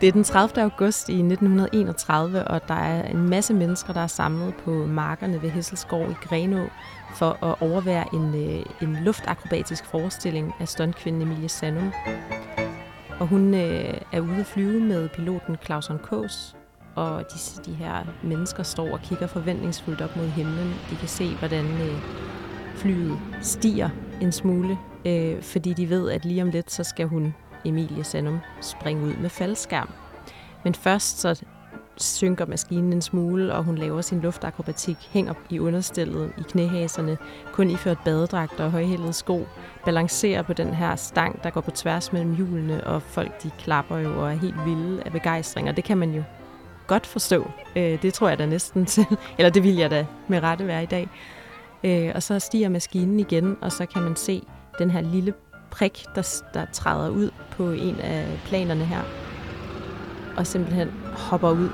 Det er den 30. august i 1931, og der er en masse mennesker, der er samlet på markerne ved Hesselskov i Grenaa for at overvære en luftakrobatisk forestilling af stuntkvinden Emilie Sandum. Og hun er ude at flyve med piloten Claus Horn Kaas, og de her mennesker står og kigger forventningsfuldt op mod himlen. De kan se, hvordan flyet stiger en smule, fordi de ved, at lige om lidt, så skal hun, Emilie Sandum, springe ud med faldskærm. Men først så synker maskinen en smule, og hun laver sin luftakrobatik, hænger i understillet i knæhaserne, kun iført badedragter og højhælede sko, balancerer på den her stang, der går på tværs mellem hjulene, og folk de klapper jo og er helt vilde af begejstring, og det kan man jo godt forstå. Det tror jeg da næsten til, eller det vil jeg da med rette være i dag. Og så stiger maskinen igen, og så kan man se den her lille prik, der træder ud på en af planerne her, og simpelthen hopper ud.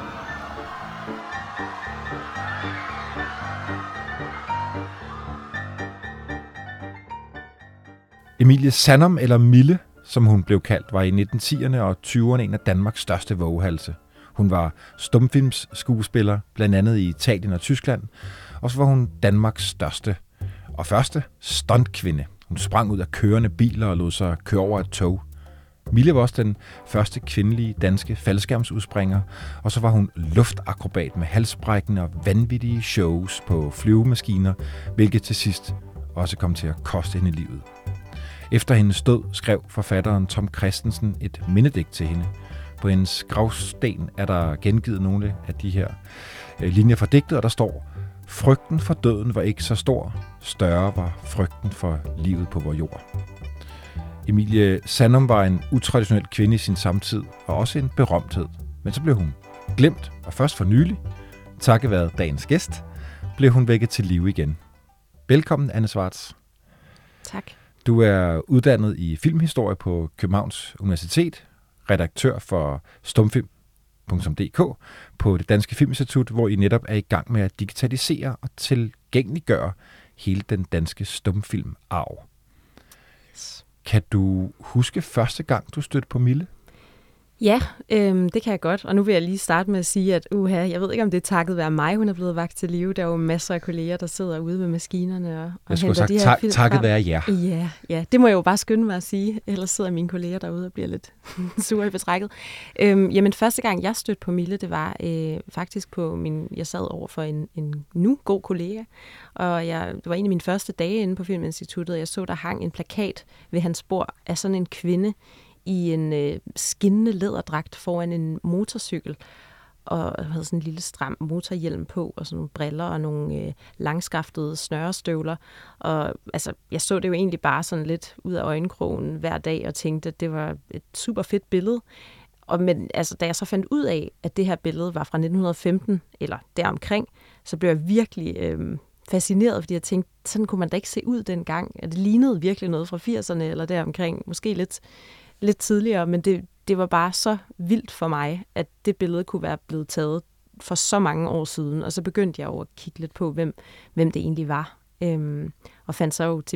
Emilie Sandum, eller Mille, som hun blev kaldt, var i 1910'erne og 20'erne en af Danmarks største vågehalse. Hun var stumfilmsskuespiller, blandt andet i Italien og Tyskland, og så var hun Danmarks største og første stuntkvinde. Hun sprang ud af kørende biler og lod sig køre over et tog. Mille var også den første kvindelige danske faldskærmsudspringer, og så var hun luftakrobat med halsbrækkende og vanvittige shows på flyvemaskiner, hvilket til sidst også kom til at koste hende livet. Efter hendes død skrev forfatteren Tom Kristensen et mindedigt til hende. På hendes gravsten er der gengivet nogle af de her linjer fra digtet, og der står: "Frygten for døden var ikke så stor, større var frygten for livet på vor jord." Emilie Sandum var en utraditionel kvinde i sin samtid, og også en berømthed. Men så blev hun glemt, og først for nylig, takket være dagens gæst, blev hun vækket til live igen. Velkommen, Anne Schwartz. Tak. Du er uddannet i filmhistorie på Københavns Universitet, redaktør for stumfilm.dk på det Danske Filminstitut, hvor I netop er i gang med at digitalisere og tilgængeliggøre hele den danske stumfilmarv. Kan du huske første gang, du stødte på Mille? Ja, det kan jeg godt. Og nu vil jeg lige starte med at sige, at jeg ved ikke, om det er takket være mig, hun er blevet vakt til live. Der er jo masser af kolleger, der sidder ude ved maskinerne og jeg skulle henter sagt, de her film takket frem. være jer. Ja, det må jeg jo bare skynde mig at sige. Ellers sidder mine kolleger derude og bliver lidt sure i betrækket. Jamen, første gang jeg stødte på Mille, det var faktisk jeg sad over for en nu god kollega. Og det var en af mine første dage inde på Filminstituttet, og jeg så, der hang en plakat ved hans bord af sådan en kvinde i en skinnende læderdragt foran en motorcykel, og havde sådan en lille stram motorhjelm på, og sådan nogle briller og nogle langskaftede snørestøvler. Og altså, jeg så det jo egentlig bare sådan lidt ud af øjenkrogen hver dag, og tænkte, at det var et super fedt billede. Men altså, da jeg så fandt ud af, at det her billede var fra 1915, eller deromkring, så blev jeg virkelig fascineret, fordi jeg tænkte, sådan kunne man da ikke se ud dengang. At det lignede virkelig noget fra 80'erne, eller deromkring, måske lidt tidligere, men det var bare så vildt for mig, at det billede kunne være blevet taget for så mange år siden, og så begyndte jeg jo at kigge lidt på, hvem det egentlig var, og fandt så jo til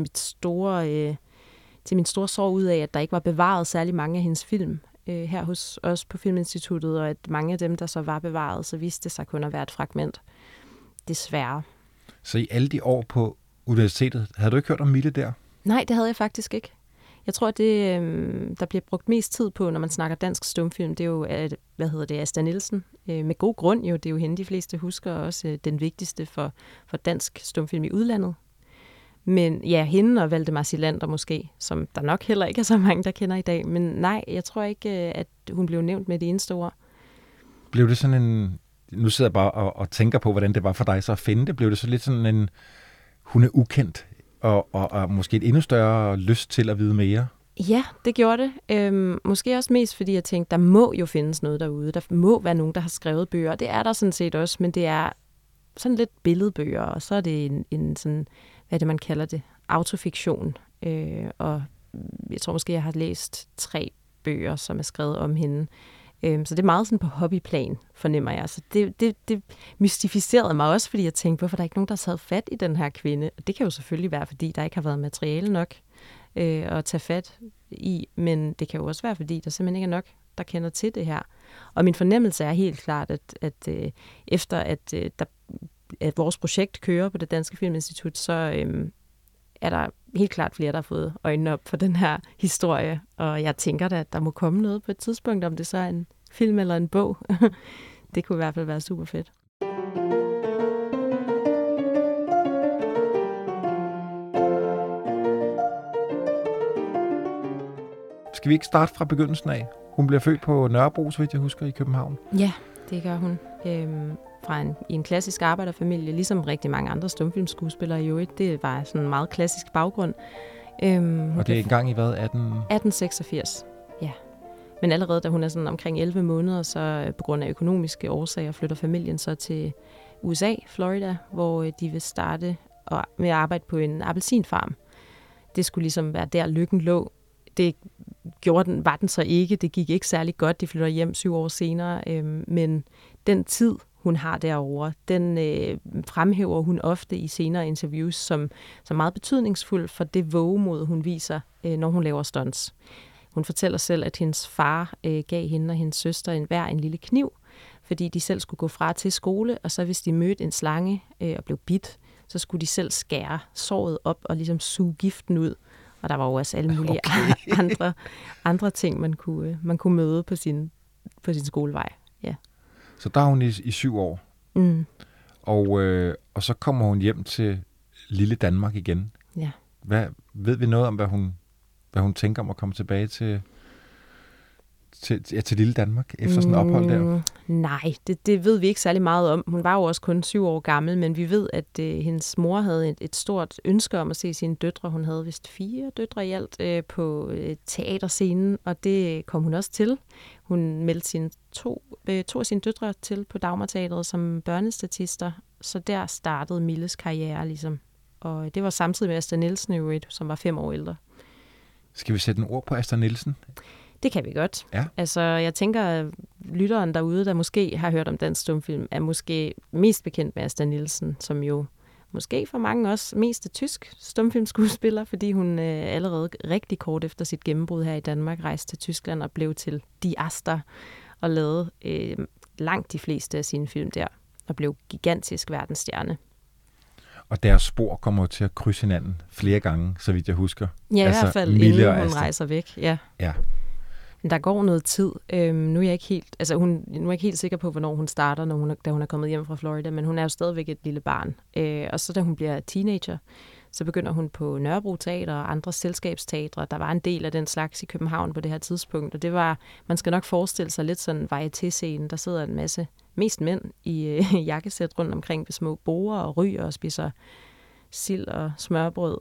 min store sorg ud af, at der ikke var bevaret særlig mange af hendes film her hos os på Filminstituttet, og at mange af dem, der så var bevaret, så viste det sig kun at være et fragment. Desværre. Så i alle de år på universitetet, havde du ikke hørt om Mille der? Nej, det havde jeg faktisk ikke. Jeg tror, at det, der bliver brugt mest tid på, når man snakker dansk stumfilm, det er jo, Asta Nielsen. Med god grund jo, det er jo hende, de fleste husker, også den vigtigste for dansk stumfilm i udlandet. Men ja, hende og Valdemar Silander måske, som der nok heller ikke er så mange, der kender i dag. Men nej, jeg tror ikke, at hun blev nævnt med det eneste ord. Blev det sådan en... Nu sidder jeg bare og tænker på, hvordan det var for dig så at finde det. Blev det så lidt sådan en... Hun er ukendt, og måske et endnu større lyst til at vide mere? Ja, det gjorde det. Måske også mest, fordi jeg tænkte, der må jo findes noget derude. Der må være nogen, der har skrevet bøger. Det er der sådan set også, men det er sådan lidt billedbøger, og så er det en sådan, hvad er det, man kalder det, autofiktion. Og jeg tror måske, jeg har læst 3 bøger, som er skrevet om hende. Så det er meget sådan på hobbyplan, fornemmer jeg. Så det mystificerede mig også, fordi jeg tænkte, hvorfor der ikke nogen, der har taget fat i den her kvinde? Og det kan jo selvfølgelig være, fordi der ikke har været materiale nok at tage fat i, men det kan jo også være, fordi der simpelthen ikke er nok der kender til det her. Og min fornemmelse er helt klart, at efter at vores projekt kører på det Danske Filminstitut, så er der helt klart flere, der har fået øjnene op for den her historie. Og jeg tænker da, at der må komme noget på et tidspunkt, om det så er en film eller en bog. Det kunne i hvert fald være super fedt. Skal vi ikke starte fra begyndelsen af? Hun bliver født på Nørrebro, så vidt jeg husker, i København. Ja, det gør hun. I en klassisk arbejderfamilie, ligesom rigtig mange andre stumfilmskuespillere i øvrigt. Det var sådan en meget klassisk baggrund. Og det er engang i hvad? 1886, ja. Men allerede da hun er sådan omkring 11 måneder, så på grund af økonomiske årsager flytter familien så til USA, Florida, hvor de vil starte med at arbejde på en appelsinfarm. Det skulle ligesom være der lykken lå. Det var den så ikke. Det gik ikke særlig godt. De flytter hjem 7 år senere. Men den tid, hun har derovre, den fremhæver hun ofte i senere interviews som meget betydningsfuld for det vågemod, hun viser, når hun laver stunts. Hun fortæller selv, at hendes far gav hende og hendes søster hver en lille kniv, fordi de selv skulle gå fra til skole, og så hvis de mødte en slange og blev bidt, så skulle de selv skære såret op og ligesom suge giften ud. Og der var jo også alle mulige andre ting, man kunne møde på sin skolevej. Ja. Så der er hun i 7 år. Mm. Og så kommer hun hjem til lille Danmark igen. Ja. Ved vi noget om, hvad hun tænker om at komme tilbage til lille Danmark efter sådan et ophold der? Nej, det ved vi ikke særlig meget om. Hun var jo også kun 7 år gammel, men vi ved, at hendes mor havde et stort ønske om at se sine døtre. Hun havde vist 4 døtre i alt på teaterscenen, og det kom hun også til. Hun meldte to af sine døtre til på Dagmarteatret som børnestatister, så der startede Milles karriere ligesom. Og det var samtidig med Asta Nielsen, som var 5 år ældre. Skal vi sætte en ord på Asta Nielsen? Det kan vi godt. Ja. Altså, jeg tænker, at lytteren derude, der måske har hørt om dansk stumfilm, er måske mest bekendt med Asta Nielsen, som jo måske for mange også mest er tysk stumfilmskuespiller, fordi hun allerede rigtig kort efter sit gennembrud her i Danmark rejste til Tyskland og blev til Die Aster og lavede langt de fleste af sine film der og blev gigantisk verdensstjerne. Og deres spor kommer til at krydse hinanden flere gange, så vidt jeg husker. Ja, altså, i hvert fald inden hun rejser væk. Ja. Men der går noget tid. Nu er jeg ikke helt sikker på, hvornår hun starter, da hun er kommet hjem fra Florida, men hun er jo stadigvæk et lille barn. Og så da hun bliver teenager, så begynder hun på Nørrebro Teater og andre selskabsteatre. Der var en del af den slags i København på det her tidspunkt, og det var, man skal nok forestille sig lidt sådan en varieté-scene. Der sidder en masse, mest mænd i jakkesæt rundt omkring ved små borde og ryger og spiser sild og smørbrød.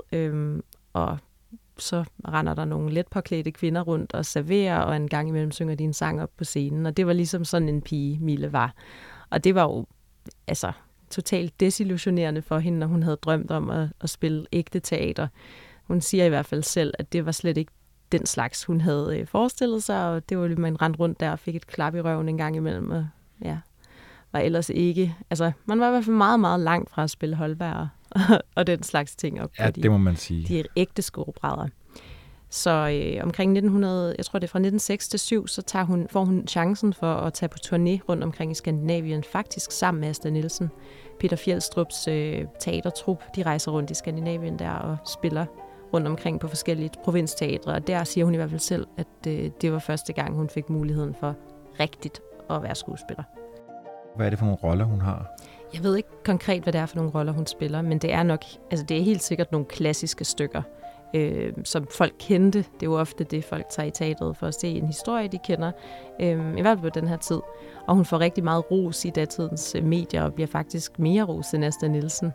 Og så render der nogle let påklædte kvinder rundt og serverer, og en gang imellem synger de en sang op på scenen. Og det var ligesom sådan en pige, Mille var. Og det var jo altså totalt desillusionerende for hende, når hun havde drømt om at spille ægte teater. Hun siger i hvert fald selv, at det var slet ikke den slags, hun havde forestillet sig, og det var jo, man rendte rundt der og fik et klap i røven en gang imellem, og ja, var ellers ikke, altså man var i hvert fald meget, meget langt fra at spille Holberg og den slags ting op. Ja, det må man sige. De ægte skolebrædder. Så omkring 1900, jeg tror det er fra 1906 til 7, så får hun chancen for at tage på turné rundt omkring i Skandinavien, faktisk sammen med Asta Nielsen. Peter Fjeldstrups teatertrup, de rejser rundt i Skandinavien der og spiller rundt omkring på forskellige provinsteatre, og der siger hun i hvert fald selv, at det var første gang, hun fik muligheden for rigtigt at være skuespiller. Hvad er det for nogle roller, hun har? Jeg ved ikke konkret, hvad det er for nogle roller, hun spiller, men det er nok, altså det er helt sikkert nogle klassiske stykker, som folk kendte. Det er jo ofte det, folk tager i teatret for at se en historie, de kender, i hvert fald på den her tid. Og hun får rigtig meget ros i datidens medier, og bliver faktisk mere ros end Asta Nielsen.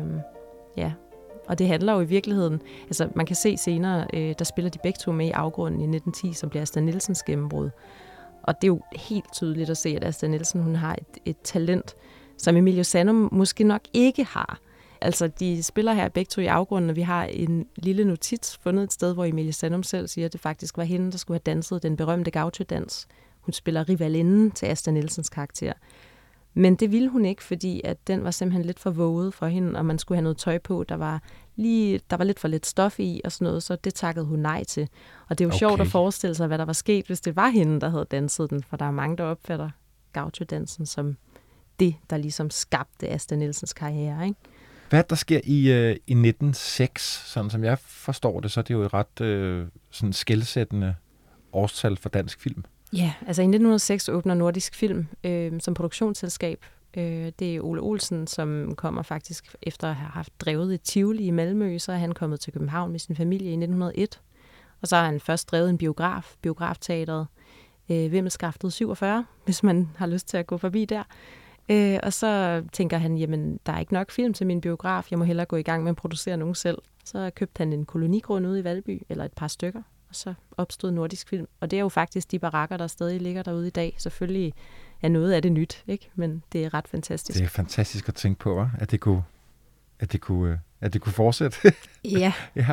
Ja. Og det handler jo i virkeligheden, altså man kan se senere, der spiller de begge to med i Afgrunden i 1910, som bliver Asta Nielsens gennembrud. Og det er jo helt tydeligt at se, at Asta Nielsen, hun har et talent, som Emilio Sandum måske nok ikke har. Altså, de spiller her begge to i Afgrunden, og vi har en lille notits fundet et sted, hvor Emilio Sandum selv siger, at det faktisk var hende, der skulle have danset den berømte gaucho-dans. Hun spiller rivalinden til Asta Nielsens karakter. Men det ville hun ikke, fordi at den var simpelthen lidt for våget for hende, og man skulle have noget tøj på, der var lidt for lidt stof i og sådan noget, så det takkede hun nej til. Og det er jo sjovt at forestille sig, hvad der var sket, hvis det var hende, der havde danset den, for der er mange, der opfatter gaucho-dansen som det, der ligesom skabte Asta Nielsens karriere, ikke? Hvad der sker i 1906, sådan som jeg forstår det, så er det jo et ret sådan skelsættende årstal for dansk film. Ja, altså i 1906 åbner Nordisk Film som produktionsselskab. Det er Ole Olsen, som kommer faktisk efter at have haft drevet et Tivoli i Malmø, så er han kommet til København med sin familie i 1901. Og så har han først drevet en biografteateret Vimmelskaftet 47, hvis man har lyst til at gå forbi der. Og så tænker han, jamen, der er ikke nok film til min biograf, jeg må hellere gå i gang med at producere nogen selv. Så købte han en kolonigrund ude i Valby, eller et par stykker, og så opstod Nordisk Film. Og det er jo faktisk de barakker, der stadig ligger derude i dag. Selvfølgelig er noget af det nyt, ikke? Men det er ret fantastisk. Det er fantastisk at tænke på, at det kunne fortsætte. Ja. Ja.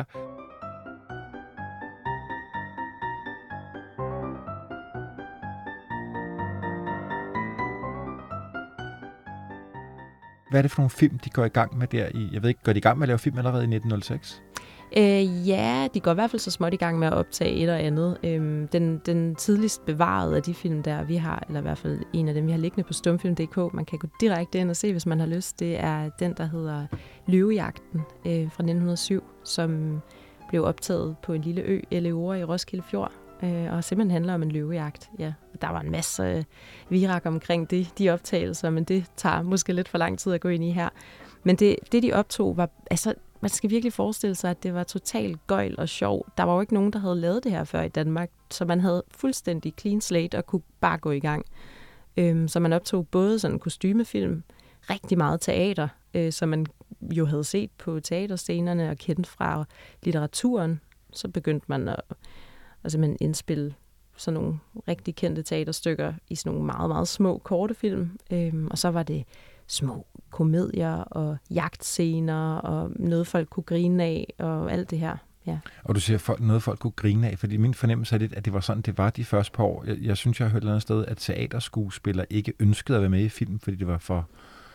Hvad er det for nogle film, de går i gang med der i? Jeg ved ikke, går de i gang med at lave film allerede i 1906? Ja, de går i hvert fald så småt i gang med at optage et og andet. Den tidligst bevarede af de film, der vi har, eller i hvert fald en af dem, vi har liggende på stumfilm.dk, man kan gå direkte ind og se, hvis man har lyst, det er den, der hedder Løvejagten fra 1907, som blev optaget på en lille ø, Eleore i Roskilde Fjord, og simpelthen handler om en løvejagt. Ja. Der var en masse virak omkring de optagelser, men det tager måske lidt for lang tid at gå ind i her. Men det de optog var, altså man skal virkelig forestille sig, at det var totalt gøjl og sjov. Der var jo ikke nogen, der havde lavet det her før i Danmark, så man havde fuldstændig clean slate og kunne bare gå i gang. Så man optog både sådan kostymefilm, rigtig meget teater, som man jo havde set på teaterscenerne og kendt fra litteraturen. Så begyndte man at simpelthen indspille sådan nogle rigtig kendte teaterstykker i sådan nogle meget, meget små korte film. Og så var det små komedier og jagtscener og noget, folk kunne grine af og alt det her. Ja. Og du siger noget, folk kunne grine af, fordi min fornemmelse er lidt, at det var sådan, det var de første par år. Jeg synes, jeg har hørt et eller andet sted, at teaterskuespillere ikke ønskede at være med i film, fordi det var for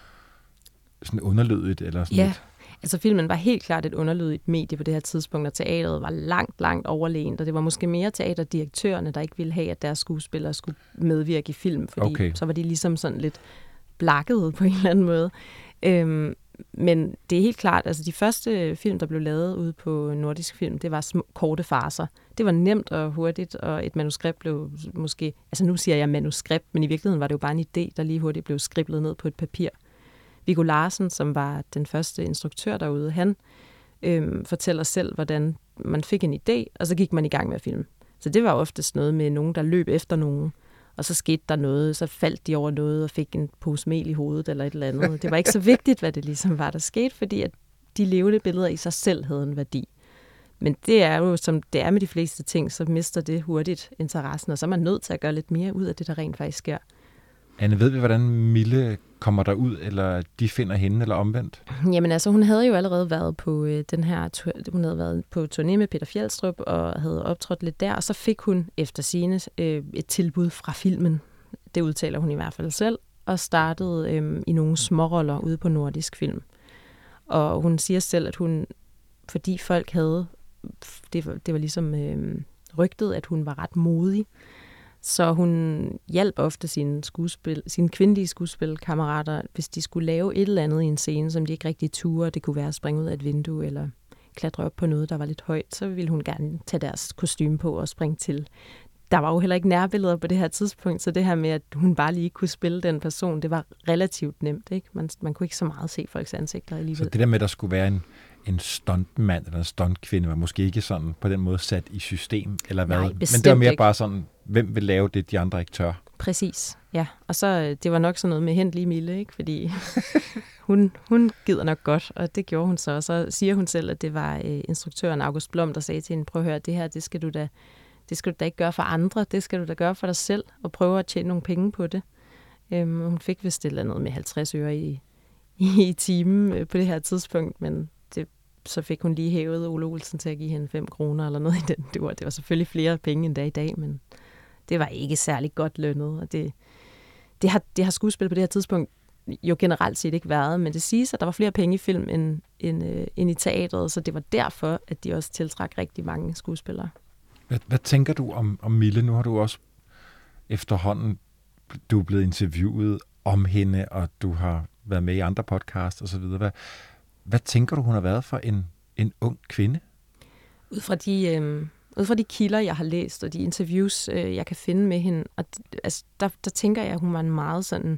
sådan underlydigt eller sådan lidt. Altså filmen var helt klart et underlydigt medie på det her tidspunkt, og teateret var langt, langt overlegent, og det var måske mere teaterdirektørerne, der ikke ville have, at deres skuespillere skulle medvirke i film, fordi så var de ligesom sådan lidt blakket på en eller anden måde. Men det er helt klart, altså de første film, der blev lavet ude på Nordisk Film, det var korte farcer. Det var nemt og hurtigt, og et manuskript blev måske, altså nu siger jeg manuskript, men i virkeligheden var det jo bare en idé, der lige hurtigt blev skriblet ned på et papir. Viggo Larsen, som var den første instruktør derude, han fortæller selv, hvordan man fik en idé, og så gik man i gang med at filme. Så det var oftest noget med nogen, der løb efter nogen, og så skete der noget, så faldt de over noget og fik en pose mel i hovedet eller et eller andet. Det var ikke så vigtigt, hvad det ligesom var, der skete, fordi at de levende billeder i sig selv havde en værdi. Men det er jo, som det er med de fleste ting, så mister det hurtigt interessen, og så er man nødt til at gøre lidt mere ud af det, der rent faktisk sker. Anne, ved vi, hvordan Mille kommer der ud, eller de finder hende, eller omvendt? Jamen altså, hun havde jo allerede været på hun havde været på turné med Peter Fjeldstrup, og havde optrådt lidt der, og så fik hun efter sigende et tilbud fra filmen. Det udtaler hun i hvert fald selv, og startede i nogle småroller ude på Nordisk Film. Og hun siger selv, at hun, fordi folk havde, det var ligesom rygtet, at hun var ret modig, så hun hjalp ofte sine kvindelige skuespilkammerater, hvis de skulle lave et eller andet i en scene, som de ikke rigtig turde. Det kunne være at springe ud af et vindue eller klatre op på noget, der var lidt højt. Så ville hun gerne tage deres kostume på og springe til. Der var jo heller ikke nærbilleder på det her tidspunkt, så det her med, at hun bare lige kunne spille den person, det var relativt nemt, ikke? Man kunne ikke så meget se folks ansigter alligevel. Så det der med, at der skulle være en stuntmand eller en stuntkvinde, var måske ikke sådan på den måde sat i system, eller hvad? Nej, men det var mere ikke. Bare sådan, hvem vil lave det, de andre ikke tør? Præcis, ja. Og så, det var nok sådan noget med hent lige Mille, ikke? Fordi hun gider nok godt, og det gjorde hun så. Og så siger hun selv, at det var instruktøren August Blom, der sagde til hende, prøv at høre, det her, det skal du da ikke gøre for andre, det skal du da gøre for dig selv, og prøve at tjene nogle penge på det. Hun fik vist et eller andet med 50 øre i timen på det her tidspunkt, men så fik hun lige hævet Ole Olsen til at give hende 5 kroner eller noget i den. Det var selvfølgelig flere penge end i dag, men det var ikke særlig godt lønnet. Og det har skuespil på det her tidspunkt jo generelt set ikke været, men det siges, at der var flere penge i film end i teatret, så det var derfor, at de også tiltrak rigtig mange skuespillere. Hvad tænker du om Mille? Nu har du også efterhånden, du er blevet interviewet om hende, og du har været med i andre podcasts osv. Hvad tænker du, hun har været for en ung kvinde? Ud fra de kilder, jeg har læst, og de interviews, jeg kan finde med hende, og der tænker jeg, at hun var en meget sådan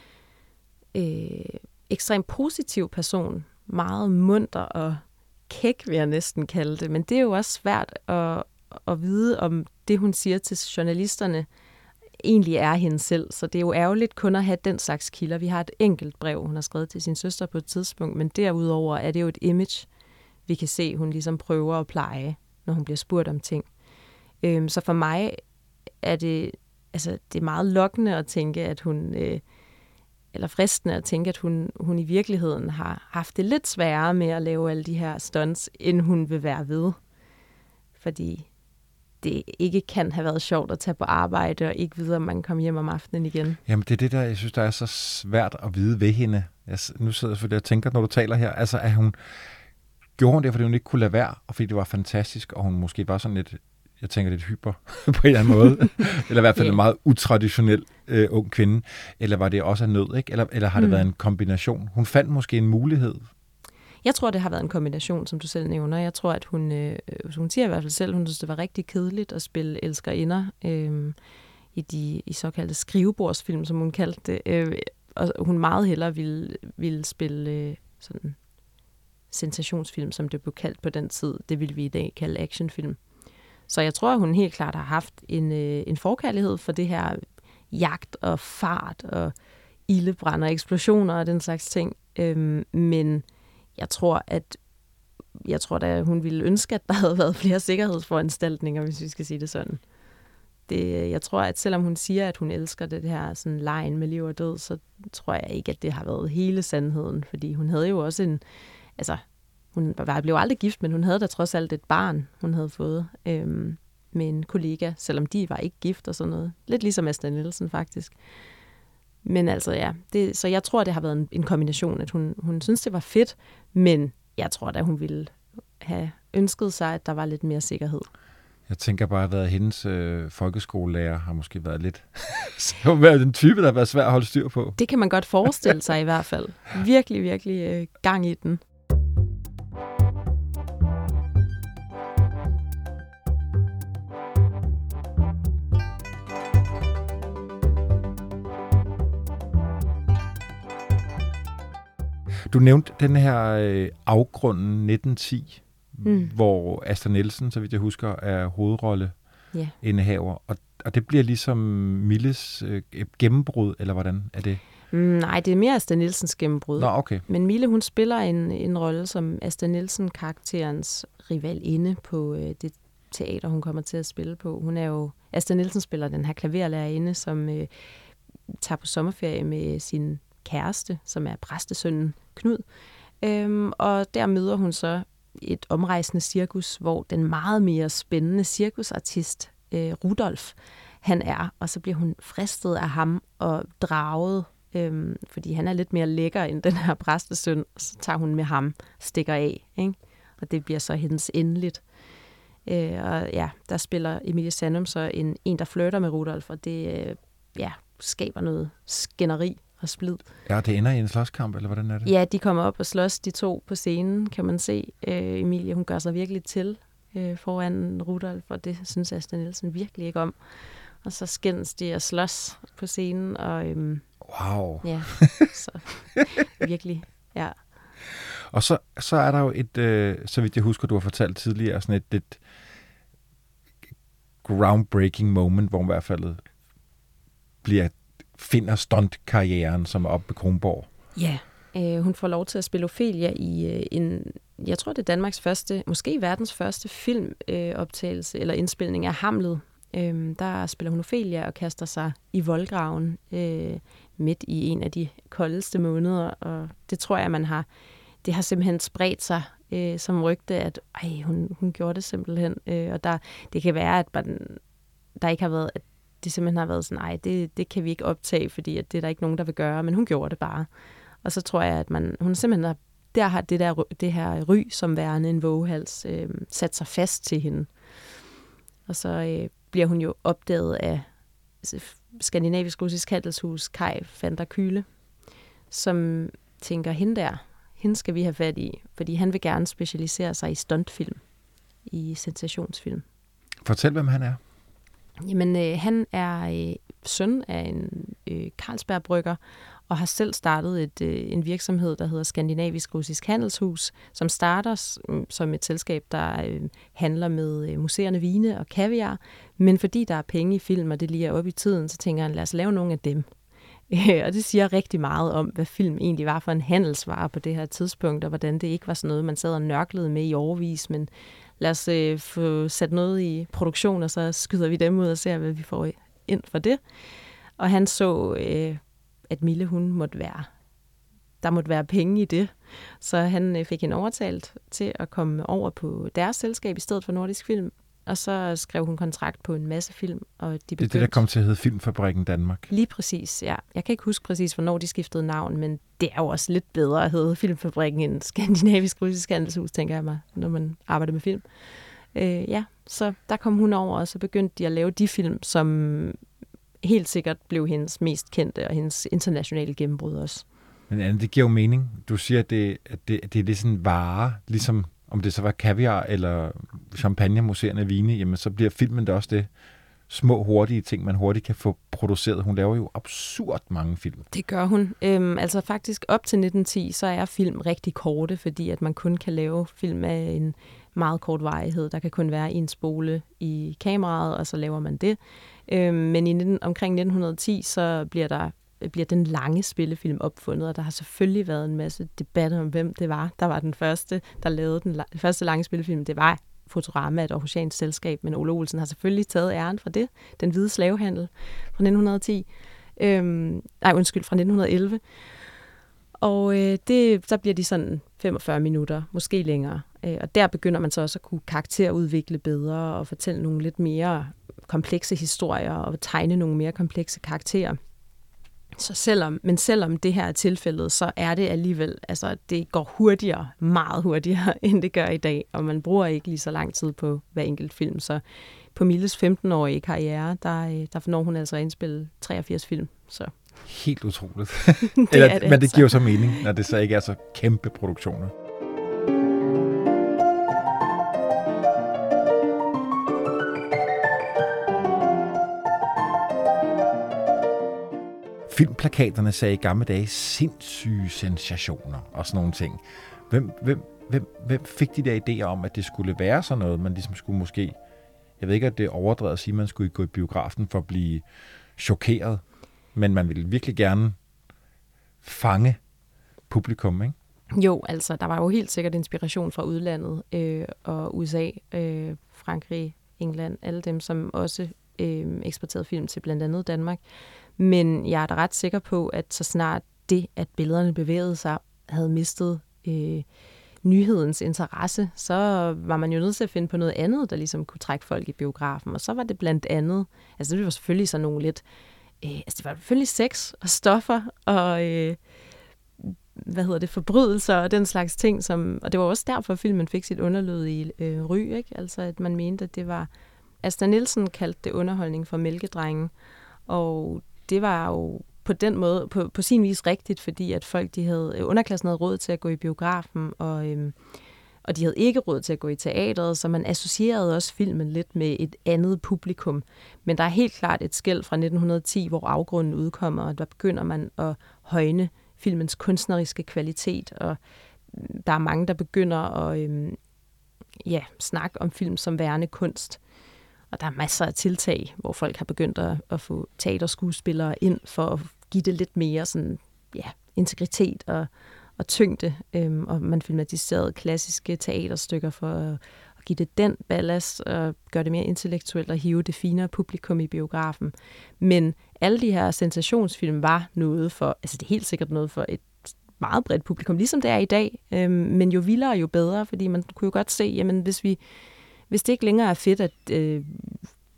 ekstremt positiv person. Meget munter og kæk, vil jeg næsten kalde det. Men det er jo også svært at vide, om det, hun siger til journalisterne, egentlig er hende selv. Så det er jo ærgerligt kun at have den slags kilder. Vi har et enkelt brev, hun har skrevet til sin søster på et tidspunkt, men derudover er det jo et image, vi kan se, hun ligesom prøver at pleje, når hun bliver spurgt om ting. Så for mig er det er meget lokkende at tænke, at hun, eller fristende at tænke, at hun i virkeligheden har haft det lidt sværere med at lave alle de her stunts, end hun vil være ved. Fordi det ikke kan have været sjovt at tage på arbejde, og ikke vide, om man kommer hjem om aftenen igen. Jamen det er det, der jeg synes, der er så svært at vide ved hende. Nu sidder jeg for det og tænker, når du taler her, altså at hun gjorde hun det, fordi hun ikke kunne lade være, og fordi det var fantastisk, og hun måske var sådan lidt, jeg tænker lidt hyper på en eller anden måde, eller i hvert fald en meget utraditionel ung kvinde, eller var det også af nød, ikke? Eller har det været en kombination? Hun fandt måske en mulighed. Jeg tror, det har været en kombination, som du selv nævner. Jeg tror, at hun siger i hvert fald selv, hun synes, det var rigtig kedeligt at spille elskerinder i såkaldte skrivebordsfilm, som hun kaldte det, og hun meget hellere ville spille sådan sensationsfilm, som det blev kaldt på den tid. Det vil vi i dag kalde actionfilm. Så jeg tror, at hun helt klart har haft en forkærlighed for det her jagt og fart og ildebrand og eksplosioner og den slags ting. Men jeg tror, at hun ville ønske, at der havde været flere sikkerhedsforanstaltninger, hvis vi skal sige det sådan. Jeg tror, at selvom hun siger, at hun elsker det her sådan legen med liv og død, så tror jeg ikke, at det har været hele sandheden, fordi hun havde jo også hun blev aldrig gift, men hun havde da trods alt et barn, hun havde fået med en kollega, selvom de var ikke gift og sådan noget. Lidt ligesom Asta Nielsen faktisk. Men altså ja, så jeg tror, det har været en kombination, at hun synes, det var fedt, men jeg tror da, hun ville have ønsket sig, at der var lidt mere sikkerhed. Jeg tænker bare, at hendes folkeskolelærer har måske været lidt... så har været den type, der har været svær at holde styr på. Det kan man godt forestille sig i hvert fald. Virkelig, virkelig gang i den. Du nævnte den her Afgrunden 1910, hvor Asta Nielsen, så vidt jeg husker, er hovedrolleindehaver. Og det bliver ligesom Milles gennembrud, eller hvordan er det? Nej, det er mere Asta Nielsens gennembrud. Nå, okay. Men Mille, hun spiller en rolle som Asta Nielsen-karakterens rivalinde på det teater, hun kommer til at spille på. Hun er jo... Asta Nielsen spiller den her klaverlærerinde, som tager på sommerferie med sin kæreste, som er præstesønnen Knud. Og der møder hun så et omrejsende cirkus, hvor den meget mere spændende cirkusartist Rudolf, han er, og så bliver hun fristet af ham og draget, fordi han er lidt mere lækker end den her præstesøn, og så tager hun med ham, stikker af, ikke? Og det bliver så hendes endeligt. Og ja, der spiller Emilie Sandum så en, der flirter med Rudolf, og det skaber noget skænderi og splid. Ja, det ender i en slåskamp, eller hvordan er det? Ja, de kommer op og slås, de to på scenen, kan man se. Emilie, hun gør sig virkelig til foran Rudolf, og det synes Asta Nielsen virkelig ikke om. Og så skændes de og slås på scenen, og wow. Ja, så virkelig, ja. Og så er der jo så vidt jeg husker, du har fortalt tidligere, sådan et groundbreaking moment, hvor hun i hvert fald finder stuntkarrieren, som er oppe ved Kronborg. Ja, hun får lov til at spille Ophelia i jeg tror det er Danmarks første, måske verdens første filmoptagelse eller indspilning af Hamlet. Der spiller hun Ophelia og kaster sig i voldgraven midt i en af de koldeste måneder, og det tror jeg, det har simpelthen spredt sig som rygte, at hun gjorde det simpelthen, og det kan være, at der ikke har været, at de simpelthen har været sådan, nej, det kan vi ikke optage, fordi at det er der ikke nogen, der vil gøre, men hun gjorde det bare. Og så tror jeg, at hun simpelthen har det her ry som værende en vågehals sat sig fast til hende. Og så bliver hun jo opdaget af Skandinavisk Russisk Handelshus Kai van der Kyle, som tænker, hende skal vi have fat i, fordi han vil gerne specialisere sig i stuntfilm, i sensationsfilm. Fortæl, hvem han er. Jamen, han er søn af en Carlsbergbrygger, og har selv startet en virksomhed, der hedder Skandinavisk Russisk Handelshus, som starter som et selskab, der handler med museerne vine og kaviar. Men fordi der er penge i film, og det lige er oppe i tiden, så tænker han, lad os lave nogle af dem. Og det siger rigtig meget om, hvad film egentlig var for en handelsvare på det her tidspunkt, og hvordan det ikke var sådan noget, man sad og nørklede med i årevis, men lad os få sat noget i produktion, og så skyder vi dem ud og ser, hvad vi får ind for det. Og han så, at Mille, der måtte være penge i det. Så han fik hende overtalt til at komme over på deres selskab i stedet for Nordisk Film. Og så skrev hun kontrakt på en masse film. Og de begyndte... Det er det, der kom til at hedde Filmfabrikken Danmark. Lige præcis, ja. Jeg kan ikke huske præcis, hvornår de skiftede navn, men det er jo også lidt bedre at hedde Filmfabrikken end Skandinavisk Russisk Handelshus, tænker jeg mig, når man arbejder med film. Så der kom hun over, og så begyndte de at lave de film, som helt sikkert blev hendes mest kendte, og hendes internationale gennembrud også. Men Anne, det giver jo mening. Du siger, at det er lidt sådan en vare, ligesom om det så var kaviar eller champagne, museerne, vine, jamen så bliver filmen da også det små, hurtige ting, man hurtigt kan få produceret. Hun laver jo absurd mange film. Det gør hun. Altså faktisk op til 1910, så er film rigtig korte, fordi at man kun kan lave film af en meget kort varighed. Der kan kun være en spole i kameraet, og så laver man det. Men omkring 1910, så bliver den lange spillefilm opfundet, og der har selvfølgelig været en masse debatter om, hvem det var. Der var den første, der lavede den første lange spillefilm. Det var Fotorama, et aarhusiansk selskab, men Ole Olsen har selvfølgelig taget æren for det. Den hvide slavehandel fra 1910. Fra 1911. Og så bliver de sådan 45 minutter, måske længere. Og der begynder man så også at kunne karakterudvikle bedre og fortælle nogle lidt mere komplekse historier og tegne nogle mere komplekse karakterer. Så selvom det her er tilfældet, så er det alligevel, altså det går hurtigere, meget hurtigere, end det gør i dag, og man bruger ikke lige så lang tid på hver enkelt film. Så på Milles 15-årige karriere, der når hun altså at indspille 83 film. Så. Helt utroligt. Men det giver jo så mening, når det så ikke er så kæmpe produktioner. Filmplakaterne sagde i gamle dage sindssyge sensationer og sådan nogle ting. Hvem fik de der idéer om, at det skulle være sådan noget, man ligesom skulle måske... Jeg ved ikke, at det er overdrevet at sige, at man skulle gå i biografen for at blive chokeret, men man ville virkelig gerne fange publikum, ikke? Jo, altså, der var jo helt sikkert inspiration fra udlandet og USA, Frankrig, England, alle dem, som også eksporterede film til blandt andet Danmark. Men jeg er da ret sikker på, at så snart det, at billederne bevægede sig, havde mistet nyhedens interesse, så var man jo nødt til at finde på noget andet, der ligesom kunne trække folk i biografen. Og så var det blandt andet, altså det var selvfølgelig sådan nogle lidt, det var selvfølgelig sex og stoffer og forbrydelser og den slags ting, og det var også derfor, at filmen fik sit underlødige ry, ikke? Altså at man mente, at det var, Asta Nielsen kaldte det underholdning for mælkedrengen, og det var jo på den måde, på sin vis rigtigt, fordi at folk, underklassen havde råd til at gå i biografen, og de havde ikke råd til at gå i teateret, så man associerede også filmen lidt med et andet publikum. Men der er helt klart et skel fra 1910, hvor Afgrunden udkommer, og der begynder man at højne filmens kunstneriske kvalitet, og der er mange, der begynder at snakke om film som værende kunst. Og der er masser af tiltag, hvor folk har begyndt at få teaterskuespillere ind for at give det lidt mere sådan, integritet og tyngde. Og man filmatiserede klassiske teaterstykker for at give det den ballast og gøre det mere intellektuelt og hive det finere publikum i biografen. Men alle de her sensationsfilm var noget for, altså det er helt sikkert noget for et meget bredt publikum, ligesom det er i dag. Men jo vildere, jo bedre, fordi man kunne jo godt se, jamen hvis det ikke længere er fedt, at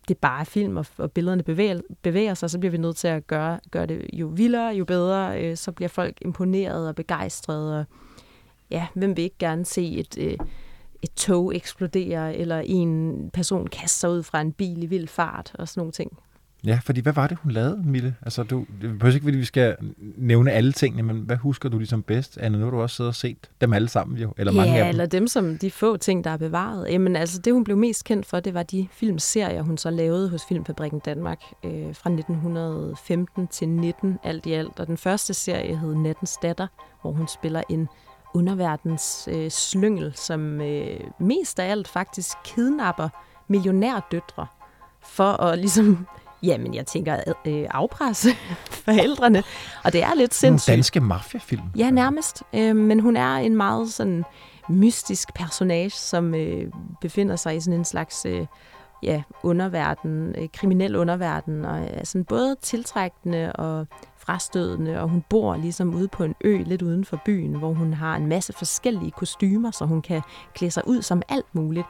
det er bare film, og billederne bevæger sig, så bliver vi nødt til at gøre det jo vildere, jo bedre, så bliver folk imponeret og begejstrede, og ja, hvem vil ikke gerne se et tog eksplodere, eller en person kaste sig ud fra en bil i vild fart, og sådan nogle ting. Ja, fordi hvad var det, hun lavede, Mille? Altså, det behøver ikke, fordi vi skal nævne alle tingene, men hvad husker du ligesom bedst? Anne, nu har du også siddet og set dem alle sammen jo, eller mange af dem. Ja, eller dem som de få ting, der er bevaret. Jamen, altså, det hun blev mest kendt for, det var de filmserier, hun så lavede hos Filmfabrikken Danmark fra 1915 til 19 alt i alt. Og den første serie hed Nattens Datter, hvor hun spiller en underverdens slyngel, som mest af alt faktisk kidnapper millionærdøtre for at ligesom... Jamen, jeg tænker afpresse forældrene, og det er lidt sindssygt. Nogle danske mafiafilm. Ja, nærmest. Men hun er en meget sådan mystisk personage, som befinder sig i sådan en slags underverden, kriminel underverden, og er sådan både tiltrækkende og frastødende, og hun bor ligesom ude på en ø lidt uden for byen, hvor hun har en masse forskellige kostymer, så hun kan klæde sig ud som alt muligt.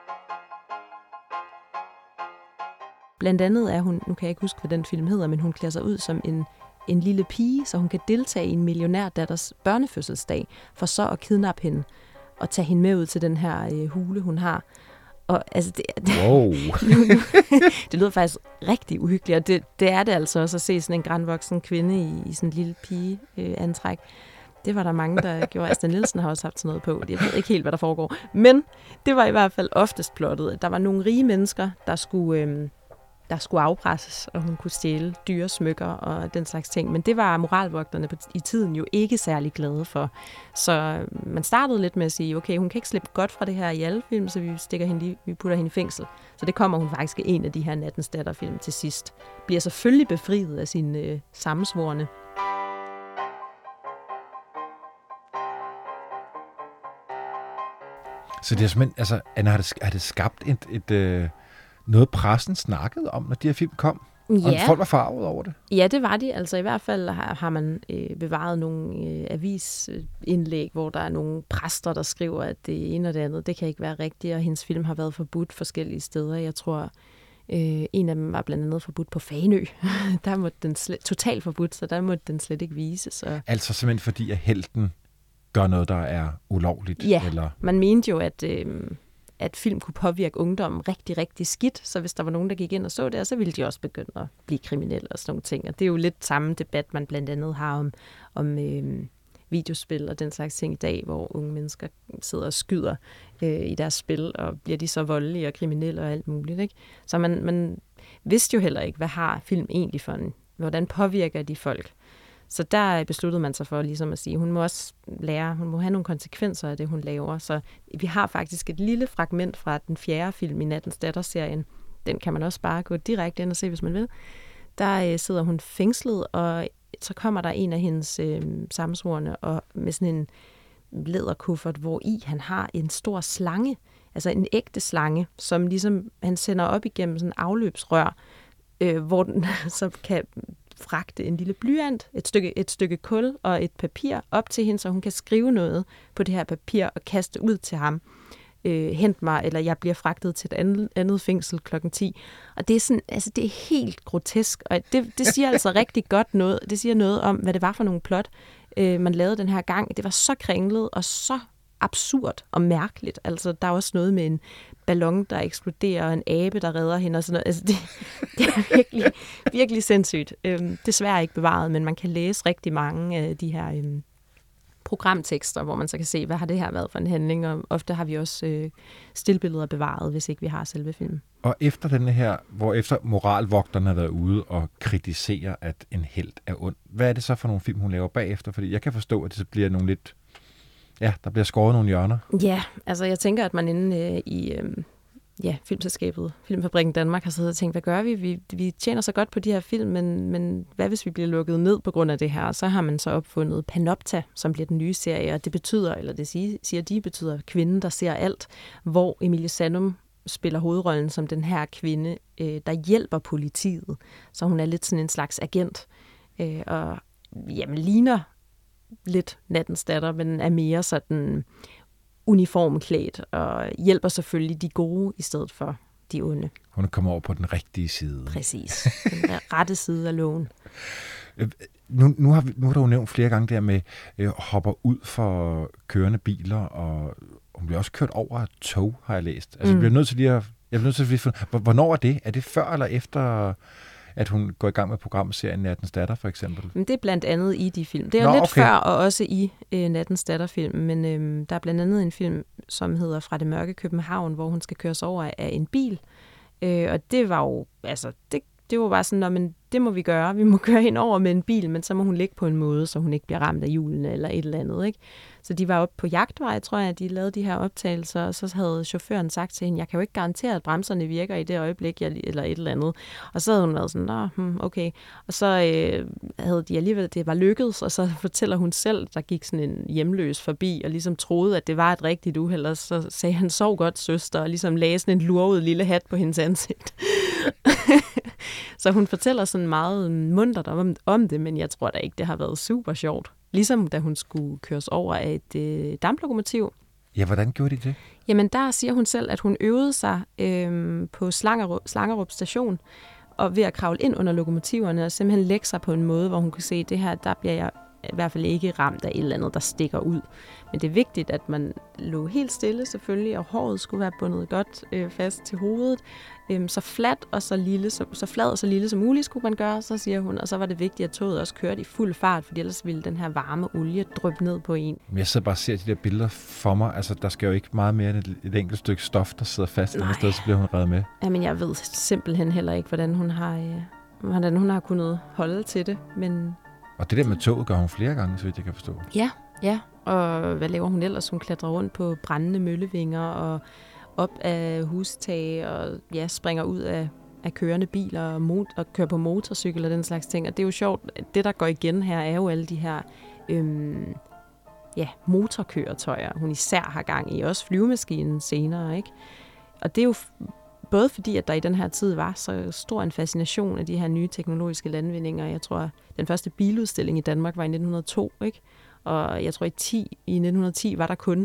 Blandt andet er hun, nu kan jeg ikke huske, hvad den film hedder, men hun klæder sig ud som en lille pige, så hun kan deltage i en millionærdatters børnefødselsdag, for så at kidnappe hende og tage hende med ud til den her hule, hun har. Og altså, wow. det lyder faktisk rigtig uhyggeligt, og det er det altså også at se sådan en grandvoksen kvinde i sådan en lille pige-antræk. Det var der mange, der gjorde. Asta Nielsen har også haft sådan noget på. Jeg ved ikke helt, hvad der foregår. Men det var i hvert fald oftest plottet, at der var nogle rige mennesker, der skulle afpresses, og hun kunne stjæle dyre smykker og den slags ting. Men det var moralvogterne i tiden jo ikke særlig glade for. Så man startede lidt med at sige, okay, hun kan ikke slippe godt fra det her i alle film, så vi putter hende i fængsel. Så det kommer hun faktisk i en af de her Nattens Datter-film til sidst. Bliver selvfølgelig befriet af sine sammensvorne. Så det er simpelthen, altså, Anna, har det skabt noget pressen snakkede om, når de her film kom? Ja. Og folk var farvet over det? Ja, det var de. Altså i hvert fald har man bevaret nogle avisindlæg, hvor der er nogle præster, der skriver, at det ene og det andet, det kan ikke være rigtigt, og hendes film har været forbudt forskellige steder. Jeg tror, en af dem var blandt andet forbudt på Fanø. Der måtte den totalt forbudt, så der måtte den slet ikke vises. Og... Altså simpelthen fordi, at helten gør noget, der er ulovligt? Ja, eller? Man mente jo, at film kunne påvirke ungdommen rigtig, rigtig skidt. Så hvis der var nogen, der gik ind og så det, så ville de også begynde at blive kriminelle og sådan nogle ting. Og det er jo lidt samme debat, man blandt andet har om videospil og den slags ting i dag, hvor unge mennesker sidder og skyder i deres spil, og bliver de så voldelige og kriminelle og alt muligt. Ikke? Så man vidste jo heller ikke, hvad har film egentlig for hvordan påvirker de folk. Så der besluttede man sig for ligesom at sige, hun må også lære, hun må have nogle konsekvenser af det, hun laver. Så vi har faktisk et lille fragment fra den 4. film i Nattens Datter-serien. Den kan man også bare gå direkte ind og se, hvis man vil. Der sidder hun fængslet, og så kommer der en af hendes sammensvorne og med sådan en læderkuffert, hvor i han har en stor slange, altså en ægte slange, som ligesom han sender op igennem sådan en afløbsrør, hvor den så kan fragte en lille blyant, et stykke kul og et papir op til hende, så hun kan skrive noget på det her papir og kaste ud til ham. Hent mig, eller jeg bliver fragtet til et andet fængsel klokken 10. Og det er sådan, altså det er helt grotesk, og det siger altså rigtig godt noget. Det siger noget om, hvad det var for nogle plot, man lavede den her gang. Det var så kringlet og så absurd og mærkeligt. Altså, der er også noget med en ballon, der eksploderer, og en abe, der redder hende og sådan noget. Altså, det er virkelig, virkelig sindssygt. Desværre ikke bevaret, men man kan læse rigtig mange af de her programtekster, hvor man så kan se, hvad har det her været for en handling, og ofte har vi også stillbilleder bevaret, hvis ikke vi har selve filmen. Og efter denne her, hvor efter moralvogterne har været ude og kritisere, at en helt er ond, hvad er det så for nogle film, hun laver bagefter? Fordi jeg kan forstå, at det så bliver nogle lidt... Ja, der bliver skåret nogle hjørner. Ja, altså jeg tænker, at man inde i filmselskabet, Filmfabrikken Danmark, har siddet og tænkt, hvad gør vi? Vi tjener så godt på de her film, men hvad hvis vi bliver lukket ned på grund af det her? Så har man så opfundet Panopta, som bliver den nye serie, og det betyder, eller det siger de, betyder kvinden, der ser alt, hvor Emilie Sandum spiller hovedrollen som den her kvinde, der hjælper politiet. Så hun er lidt sådan en slags agent, og jamen ligner lidt Nattens Datter, men er mere sådan uniformklædt og hjælper selvfølgelig de gode i stedet for de onde. Hun er kommet over på den rigtige side. Præcis. Den rette side af loven. Nu har du jo nævnt flere gange der med hopper ud for kørende biler, og hun bliver også kørt over et tog, har jeg læst. Altså, jeg bliver nødt til at hvornår er det? Er det før eller efter, at hun går i gang med programserien Nattens Datter, for eksempel? Men det er blandt andet i de film. Det er lidt før, og også i Nattens Datter-filmen, men der er blandt andet en film, som hedder Fra det mørke København, hvor hun skal køres over af en bil. Og det var jo, altså, det var bare sådan, men det må vi gøre. Vi må køre hende over med en bil, men så må hun ligge på en måde, så hun ikke bliver ramt af hjulene eller et eller andet, ikke? Så de var oppe på jagtvej, tror jeg, de lavede de her optagelser, og så havde chaufføren sagt til hende, jeg kan jo ikke garantere, at bremserne virker i det øjeblik, eller et eller andet. Og så havde hun været sådan, okay. Og så havde de alligevel, det var lykkedes, og så fortæller hun selv, der gik sådan en hjemløs forbi, og ligesom troede, at det var et rigtigt uheld, og så sagde han, sov godt, søster, og ligesom lagde sådan en lurvet lille hat på hendes ansigt. Så hun fortæller sådan meget muntert om det, men jeg tror da ikke, det har været super sjovt. Ligesom da hun skulle køres over af et damplokomotiv. Ja, hvordan gjorde de det? Jamen, der siger hun selv, at hun øvede sig på Slangerup station, og ved at kravle ind under lokomotiverne, og simpelthen lægge sig på en måde, hvor hun kan se, at det her, der bliver jeg i hvert fald ikke ramt af et eller andet, der stikker ud. Men det er vigtigt, at man lå helt stille selvfølgelig, og håret skulle være bundet godt fast til hovedet. Så flad og så lille som muligt skulle man gøre, så siger hun. Og så var det vigtigt, at toget også kørte i fuld fart, for ellers ville den her varme olie dryppe ned på en. Jeg sidder bare og ser de der billeder for mig. Altså, der skal jo ikke meget mere end et enkelt stykke stof, der sidder fast et sted, så bliver hun revet med. Jamen, jeg ved simpelthen heller ikke, hvordan hun har kunnet holde til det. Men og det der med toget gør hun flere gange, så vidt jeg kan forstå. Ja. Og hvad laver hun ellers? Hun klatrer rundt på brændende møllevinger og op af hustage og springer ud af kørende biler og kører på motorcykel og den slags ting. Og det er jo sjovt. Det, der går igen her, er jo alle de her motorkøretøjer, hun især har gang i. Også flyvemaskinen senere, ikke? Og det er jo både fordi, at der i den her tid var så stor en fascination af de her nye teknologiske landvindinger. Jeg tror, den første biludstilling i Danmark var i 1902, ikke? Og jeg tror, i 1910 var der kun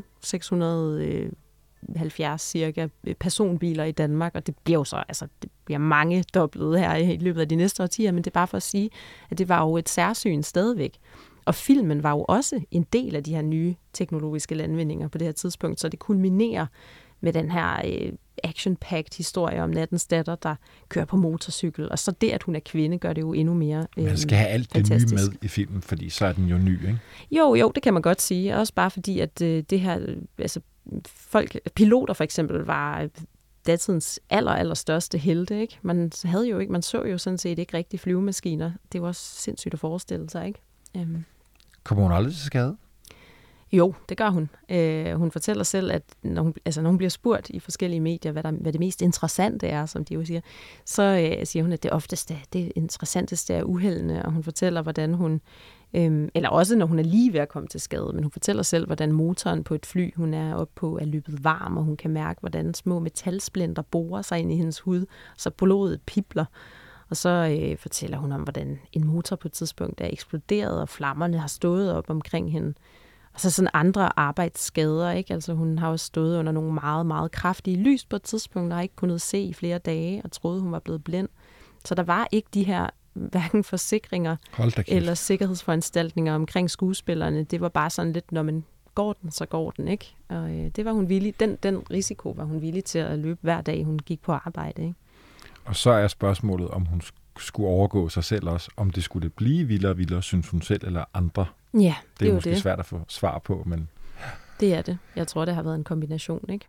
670 cirka personbiler i Danmark, og det bliver jo så, altså det bliver mange dobblet her i løbet af de næste årtier, men det er bare for at sige, at det var jo et særsyn stadigvæk. Og filmen var jo også en del af de her nye teknologiske landvindinger på det her tidspunkt, så det kulminerer med den her action-packed historie om Nattens Datter, der kører på motorcykel. Og så det, at hun er kvinde, gør det jo endnu mere man skal have alt det nye med i filmen, fordi så er den jo ny, ikke? Jo, det kan man godt sige. Også bare fordi, at det her, altså piloter for eksempel, var datidens allerstørste helte, ikke? Man så jo sådan set ikke rigtig flyvemaskiner. Det var også sindssygt at forestille sig, ikke? Kommer hun aldrig til skade? Jo, det gør hun. Hun fortæller selv, at når hun bliver spurgt i forskellige medier, hvad det mest interessante er, som de jo siger, så siger hun, at det interessanteste er uheldene, og hun fortæller, hvordan hun, eller også når hun er lige ved at komme til skade, men hun fortæller selv, hvordan motoren på et fly, hun er oppe på, er løbet varm, og hun kan mærke, hvordan små metalsplinter borer sig ind i hendes hud, så blodet pibler. Og så fortæller hun om, hvordan en motor på et tidspunkt er eksploderet, og flammerne har stået op omkring hende. Og så sådan andre arbejdsskader, ikke? Altså hun har også stået under nogle meget, meget kraftige lys på et tidspunkt, og har ikke kunnet se i flere dage, og troede, hun var blevet blind. Så der var ikke de her hverken forsikringer eller sikkerhedsforanstaltninger omkring skuespillerne. Det var bare sådan lidt, når man går den, så går den, ikke? Og det var hun villig, den risiko var hun villig til at løbe hver dag, hun gik på arbejde, ikke? Og så er spørgsmålet, om hun skulle overgå sig selv også, om det skulle blive vildere, synes hun selv eller andre. Ja, det er måske svært at få svar på, men det er det. Jeg tror, det har været en kombination, ikke?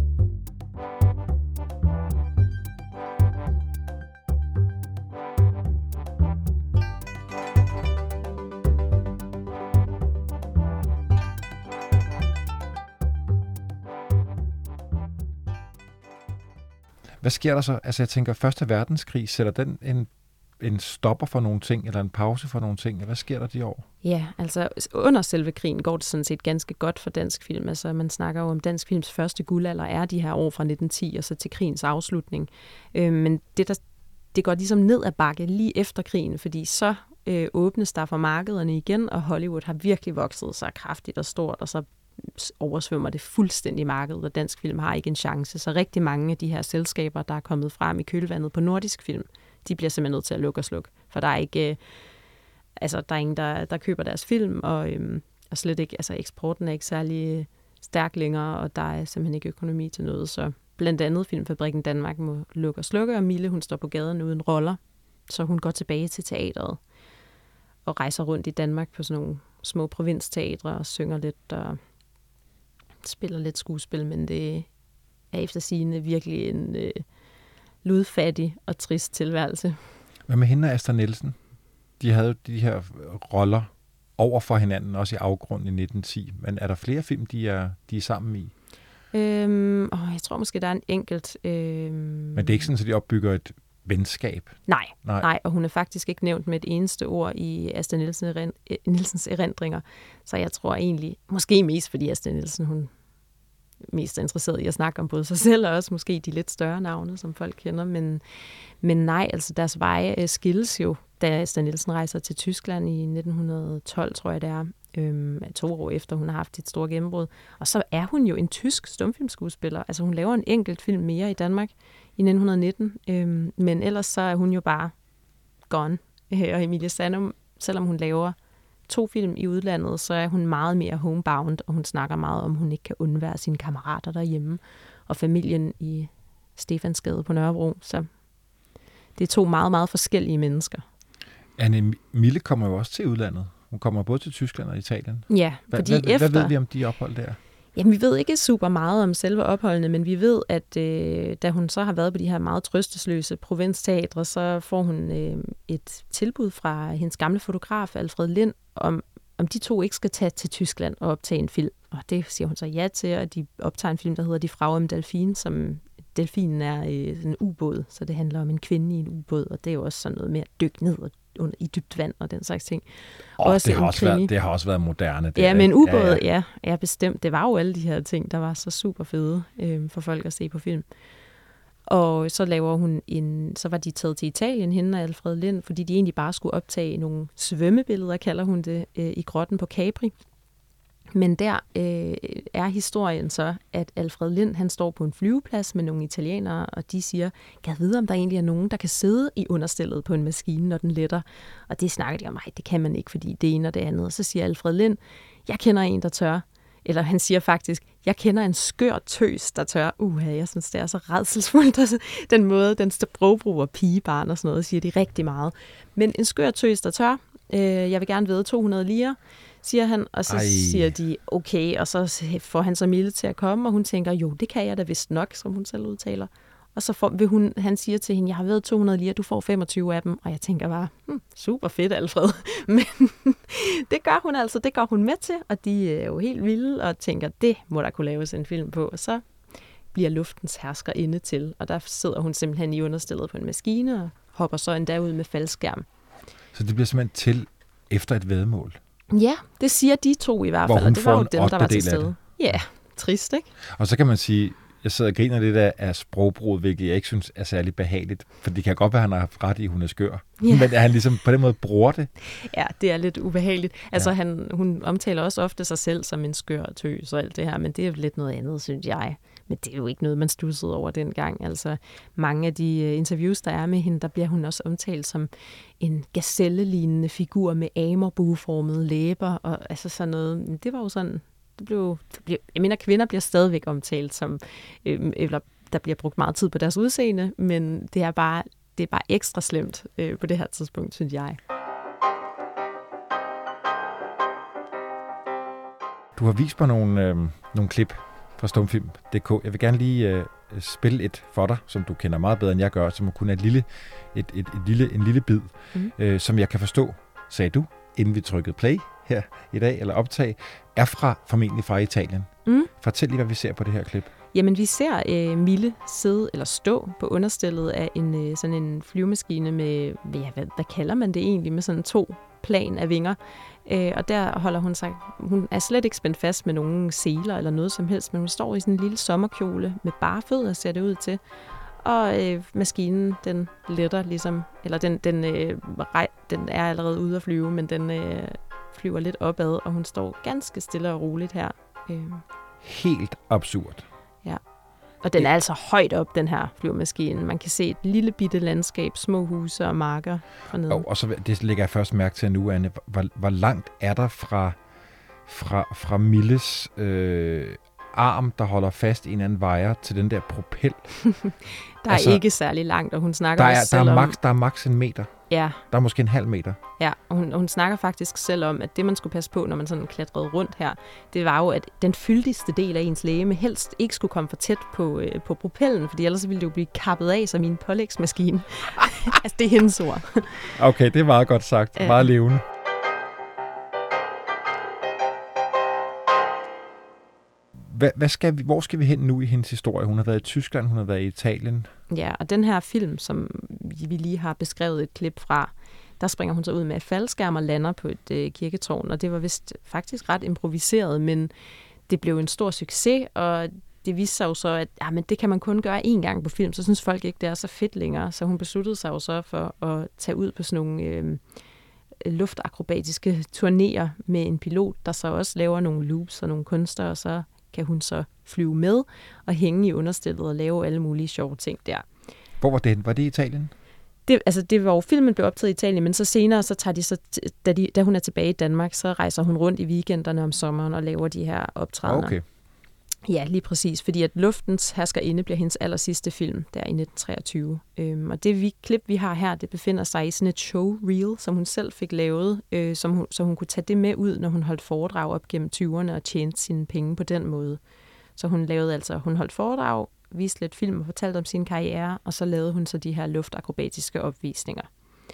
Hvad sker der så? Altså jeg tænker, Første Verdenskrig, sætter den en stopper for nogle ting, eller en pause for nogle ting? Hvad sker der de år? Ja, altså under selve krigen går det sådan set ganske godt for dansk film. Altså man snakker jo om dansk films første guldalder er de her år fra 1910 og så til krigens afslutning. Men det går ligesom ned ad bakke lige efter krigen, fordi så åbnes der for markederne igen, og Hollywood har virkelig vokset sig kraftigt og stort, og så oversvømmer det fuldstændig markedet, og dansk film har ikke en chance. Så rigtig mange af de her selskaber, der er kommet frem i kølvandet på nordisk film, de bliver simpelthen nødt til at lukke og slukke. For der er ikke, der er ingen, der køber deres film, og slet ikke, eksporten er ikke særlig stærk længere, og der er simpelthen ikke økonomi til noget. Så blandt andet Filmfabrikken Danmark må lukke og slukke, og Mille, hun står på gaden uden roller, så hun går tilbage til teatret og rejser rundt i Danmark på sådan nogle små provinsteatre og synger lidt og spiller lidt skuespil, men det er efter sigende virkelig en ludfattig og trist tilværelse. Hvad med hende og Asta Nielsen? De havde jo de her roller over for hinanden, også i Afgrunden i 1910. Men er der flere film, de er sammen i? Jeg tror måske, der er en enkelt. Men det er ikke sådan, at de opbygger et venskab? Nej, og hun er faktisk ikke nævnt med et eneste ord i Asta Nielsens erindringer. Så jeg tror egentlig, måske mest fordi Asta Nielsen, hun mest er interesseret i at snakke om både sig selv og også måske de lidt større navne, som folk kender. Men nej, altså deres veje skilles jo, da Asta Nielsen rejser til Tyskland i 1912, tror jeg det er. 2 år efter hun har haft et stort gennembrud. Og så er hun jo en tysk stumfilmskuespiller. Altså hun laver en enkelt film mere i Danmark i 1919. Men ellers så er hun jo bare gone. Og Emilie Sandum, selvom hun laver 2 film i udlandet, så er hun meget mere homebound, og hun snakker meget om, hun ikke kan undvære sine kammerater derhjemme, og familien i Stefansgade på Nørrebro. Så det er 2 meget, meget forskellige mennesker. Anne Mille kommer jo også til udlandet. Hun kommer både til Tyskland og Italien. Ja, fordi hvad ved vi om de ophold der? Jamen, vi ved ikke super meget om selve opholdene, men vi ved, at da hun så har været på de her meget trøstesløse provinsteatre, så får hun et tilbud fra hendes gamle fotograf, Alfred Lind, om de 2 ikke skal tage til Tyskland og optage en film. Og det siger hun så ja til, og de optager en film, der hedder Die Frau im Delfin, som delfinen er en ubåd, så det handler om en kvinde i en ubåd, og det er jo også sådan noget med at dykke ned i dybt vand og den slags ting. Det har også været moderne. Ja, men ubåd, ja, bestemt. Det var jo alle de her ting, der var så super fede for folk at se på film. Og så laver hun så var de taget til Italien, hende og Alfred Lind, fordi de egentlig bare skulle optage nogle svømmebilleder, kalder hun det, i grotten på Capri. Men der er historien så, at Alfred Lind, han står på en flyveplads med nogle italienere, og de siger, kan jeg vide, om der egentlig er nogen, der kan sidde i understellet på en maskine, når den letter? Og det snakker de om, nej, det kan man ikke, fordi det ene og det andet. Og så siger Alfred Lind, jeg kender en, der tør. Eller han siger faktisk, jeg kender en skør tøs, der tør. Jeg synes, det er så rædselsfuldt. Den måde, den sprogbrug og pigebarn og sådan noget, siger de rigtig meget. Men en skør tøs, der tør. Jeg vil gerne vide 200 lire, siger han, og så siger de, okay, og så får han så Mille til at komme, og hun tænker, jo, det kan jeg da vist nok, som hun selv udtaler. Og så han siger til hende, jeg har været 200 lire, du får 25 af dem, og jeg tænker bare, super fedt, Alfred. Men det gør hun altså, det går hun med til, og de er jo helt vilde, og tænker, det må der kunne laves en film på, og så bliver luftens hersker inde til, og der sidder hun simpelthen i understillet på en maskine, og hopper så endda ud med faldskærm. Så det bliver simpelthen til efter et væddemål? Ja, det siger de 2 i hvert fald, og det var jo dem, der var til stede. Ja, trist, ikke? Og så kan man sige, jeg sidder og griner lidt af sprogbruget, hvilket jeg ikke synes er særlig behageligt, for det kan godt være, at han har haft ret i, at hun er skør. Ja. Men er han ligesom på den måde bruger det? Ja, det er lidt ubehageligt. Altså, hun omtaler også ofte sig selv som en skør tøs og alt det her, men det er lidt noget andet, synes jeg. Men det er jo ikke noget, man stussede over dengang. Altså, mange af de interviews, der er med hende, der bliver hun også omtalt som en gazelle-lignende figur med amerbueformede læber, og altså sådan noget. Det var jo sådan... jeg mener, kvinder bliver stadigvæk omtalt som, eller der bliver brugt meget tid på deres udseende, men det er bare ekstra slemt på det her tidspunkt, synes jeg. Du har vist mig nogle klip fra Stumfilm.dk. Jeg vil gerne lige spille et for dig, som du kender meget bedre, end jeg gør, som kun er en lille bid, som jeg kan forstå, sagde du, inden vi trykkede play her i dag, eller optag, er formentlig fra Italien. Fortæl lige, hvad vi ser på det her klip. Jamen, vi ser Mille sidde eller stå på understellet af sådan en flyvemaskine med, hvad kalder man det egentlig, med sådan 2 plan af vinger. Og der holder hun sig, hun er slet ikke spændt fast med nogen seler eller noget som helst, men hun står i sådan en lille sommerkjole med bare fødder, ser det ud til. Og maskinen, den letter ligesom, eller den er allerede ude at flyve, men den flyver lidt opad, og hun står ganske stille og roligt her Helt absurd. Ja. Og den er altså højt op, den her flyvemaskine. Man kan se et lille bitte landskab, små huse og marker forneden. Og så det lægger jeg først mærke til nu, Anne. Hvor langt er der fra Milles arm, der holder fast i en anden wire, til den der propel? Der er ikke særlig langt, og hun snakker også selv om... Der er maks en meter. Ja. Der er måske en halv meter. Ja, og hun snakker faktisk selv om, at det, man skulle passe på, når man sådan klatrede rundt her, det var jo, at den fyldigste del af ens legeme helst ikke skulle komme for tæt på propellen, fordi ellers ville det jo blive kappet af som i en pålægsmaskine. Altså, det er hendes ord. Okay, det er meget godt sagt. Meget levende. Hvor skal vi hen nu i hendes historie? Hun har været i Tyskland, hun har været i Italien. Ja, og den her film, som vi lige har beskrevet et klip fra, der springer hun så ud med et faldskærm og lander på et kirketårn, og det var vist faktisk ret improviseret, men det blev en stor succes, og det viste sig jo så, at men det kan man kun gøre én gang på film, så synes folk ikke, det er så fedt længere, så hun besluttede sig jo så for at tage ud på sådan nogle luftakrobatiske turnéer med en pilot, der så også laver nogle loops og nogle kunster, og så kan hun så flyve med og hænge i understillet og lave alle mulige sjove ting der. Hvor var det? Var det i Italien? Det var jo, filmen blev optaget i Italien, men så senere, så tager de så, da hun er tilbage i Danmark, så rejser hun rundt i weekenderne om sommeren og laver de her optrædener. Okay. Ja, lige præcis, fordi at Luftens Herskerinde bliver hendes allersidste film, der i 1923. Og det klip, vi har her, det befinder sig i sådan et showreel, som hun selv fik lavet, så hun kunne tage det med ud, når hun holdt foredrag op gennem 20'erne og tjente sine penge på den måde. Så hun holdt foredrag, viste lidt film og fortalte om sin karriere, og så lavede hun så de her luftakrobatiske opvisninger.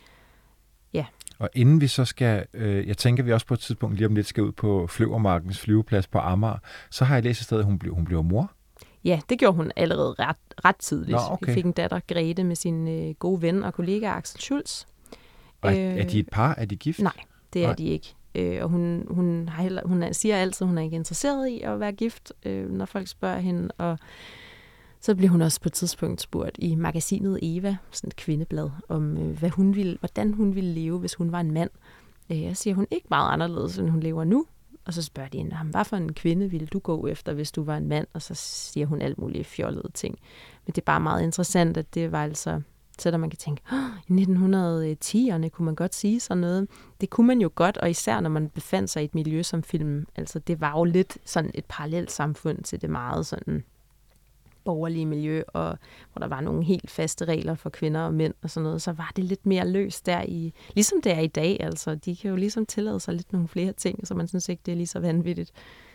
Ja. Og inden vi så skal, jeg tænker, vi også på et tidspunkt lige om lidt skal ud på Fløvermarkens flyveplads på Amager, så har jeg læst et sted, at hun blev mor. Ja, det gjorde hun allerede ret tidligt. Nå, okay. Hun fik en datter, Grete, med sin gode ven og kollega Axel Schulz. Og er de et par? Er de gift? Nej, det er de ikke. Og hun siger altid, at hun er ikke interesseret i at være gift, når folk spørger hende. Og så blev hun også på et tidspunkt spurgt i magasinet Eva, sådan et kvindeblad, om hvordan hun ville leve, hvis hun var en mand. Jeg siger, hun ikke meget anderledes, end hun lever nu. Og så spørger de hende, hvad for en kvinde ville du gå efter, hvis du var en mand? Og så siger hun alt muligt fjollede ting. Men det er bare meget interessant, at det var altså, så der man kan tænke, i 1910'erne kunne man godt sige sådan noget. Det kunne man jo godt, og især når man befandt sig i et miljø som film. Altså det var jo lidt sådan et parallelt samfund til det meget sådan borgerlige miljø, og hvor der var nogle helt faste regler for kvinder og mænd og sådan noget, så var det lidt mere løst der i, ligesom det er i dag, altså. De kan jo ligesom tillade sig lidt nogle flere ting, så man synes ikke, det er lige så vanvittigt.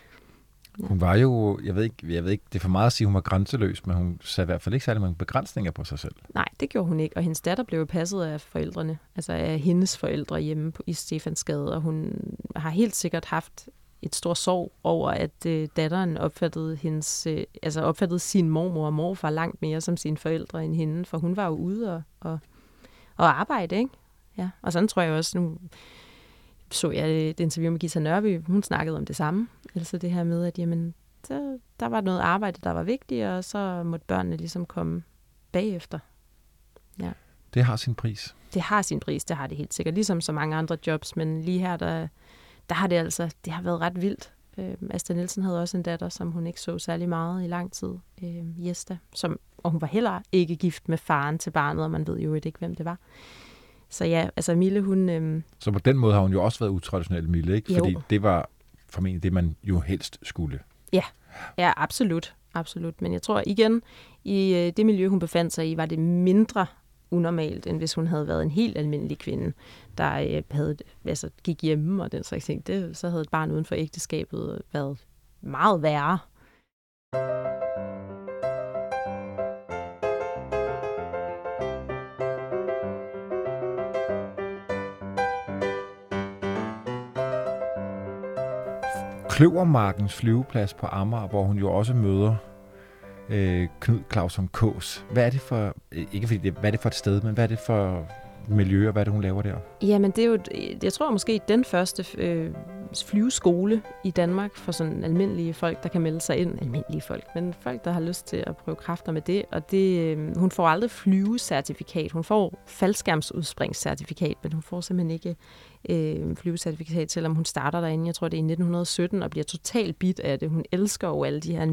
Ja. Hun var jo, jeg ved ikke, det er for meget at sige, hun var grænseløs, men hun satte i hvert fald ikke særlig mange begrænsninger på sig selv. Nej, det gjorde hun ikke, og hendes datter blev passet af forældrene, altså af hendes forældre hjemme i Stefansgade, og hun har helt sikkert haft et stort sorg over, at datteren opfattede sin mormor og morfar langt mere som sine forældre end hende, for hun var jo ude og arbejde, ikke? Ja, og sådan tror jeg også, nu så jeg et interview med Gita Nørby, hun snakkede om det samme, altså det her med, at jamen, der var noget arbejde, der var vigtigt, og så måtte børnene ligesom komme bagefter. Ja. Det har sin pris. Det har sin pris, det har det helt sikkert, ligesom så mange andre jobs, men lige her, der har det har været ret vildt. Asta Nielsen havde også en datter, som hun ikke så særlig meget i lang tid, Jesta, og hun var heller ikke gift med faren til barnet, og man ved jo ikke, hvem det var. Så ja, altså Mille, hun... Så på den måde har hun jo også været utraditionel, Mille, ikke? Jo. Fordi det var formentlig det, man jo helst skulle. Ja, absolut. Men jeg tror igen, i det miljø, hun befandt sig i, var det mindre unormalt, end hvis hun havde været en helt almindelig kvinde, der gik hjemme og den slags ting. Så havde et barn uden for ægteskabet været meget værre. Kløvermarkens flyveplads på Amager, hvor hun jo også møder Knud Clausson Kaas. Hvad er det for, ikke fordi hvad er det for et sted, men hvad er det for miljø, og hvad er det, hun laver der? Jamen, det er jo, jeg tror måske, den første flyveskole i Danmark for sådan almindelige folk, der kan melde sig ind. Almindelige folk, men folk, der har lyst til at prøve kræfter med det. Og det, hun får aldrig flyvecertifikat. Hun får faldskærmsudspringscertifikat, men hun får simpelthen ikke flyvecertifikat, selvom hun starter derinde. Jeg tror, det er i 1917, og bliver totalt bit af det. Hun elsker jo alle de her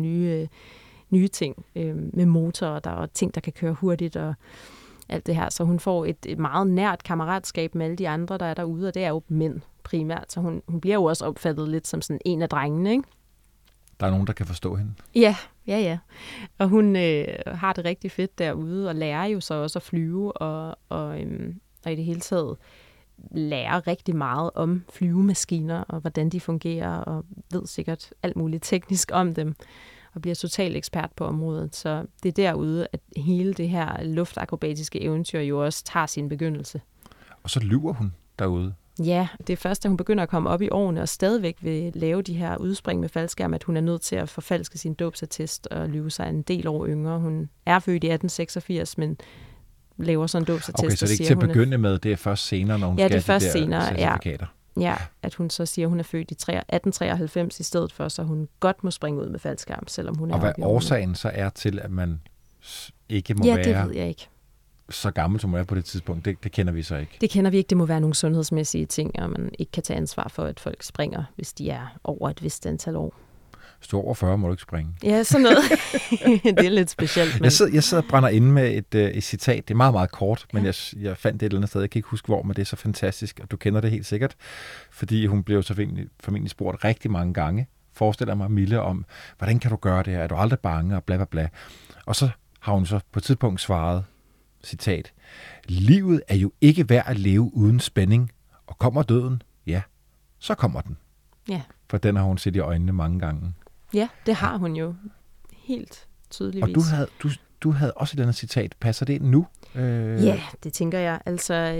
nye ting med motorer, der er ting, der kan køre hurtigt og alt det her. Så hun får et meget nært kammeratskab med alle de andre, der er derude, og det er jo mænd primært. Så hun bliver jo også opfattet lidt som sådan en af drengene, ikke? Der er nogen, der kan forstå hende. Ja. Og hun har det rigtig fedt derude, og lærer jo så også at flyve, og i det hele taget lærer rigtig meget om flyvemaskiner, og hvordan de fungerer, og ved sikkert alt muligt teknisk om dem, og bliver total ekspert på området. Så det er derude, at hele det her luftakrobatiske eventyr jo også tager sin begyndelse. Og så lyver hun derude. Ja, det er først, da hun begynder at komme op i årene og stadigvæk vil lave de her udspring med faldskærm, at hun er nødt til at forfalske sin dåbsattest og lyve sig en del år yngre. Hun er født i 1886, men laver sådan en dåbsattest. Okay, så det er ikke til at begynde med, det er først senere, når hun skal have de der certifikater. Ja, at hun så siger, at hun er født i 1893 i stedet for, så hun godt må springe ud med faldskærm, selvom hun er. Og hvad årsagen så er til, at man ikke må være... Ja, det ved jeg ikke. Så gammel som hun er på det tidspunkt, det kender vi så ikke. Det kender vi ikke. Det må være nogle sundhedsmæssige ting, og man ikke kan tage ansvar for, at folk springer, hvis de er over et vist antal år. Hvis du er over 40, må du ikke springe. Ja, sådan noget. Det er lidt specielt. Men... Jeg sidder og brænder inde med et citat. Det er meget, meget kort, men jeg fandt det et eller andet sted. Jeg kan ikke huske, hvor, men det er så fantastisk, og du kender det helt sikkert. Fordi hun blev så formentlig spurgt rigtig mange gange. Forestiller mig Mille om, hvordan kan du gøre det her? Er du aldrig bange? Og bla bla bla. Og så har hun så på et tidspunkt svaret, citat, livet er jo ikke værd at leve uden spænding, og kommer døden, ja, så kommer den. Ja. For den har hun set i øjnene mange gange. Ja, det har hun jo helt tydeligvis. Og du havde også et eller andet citat. Passer det nu? Ja, det tænker jeg. Altså,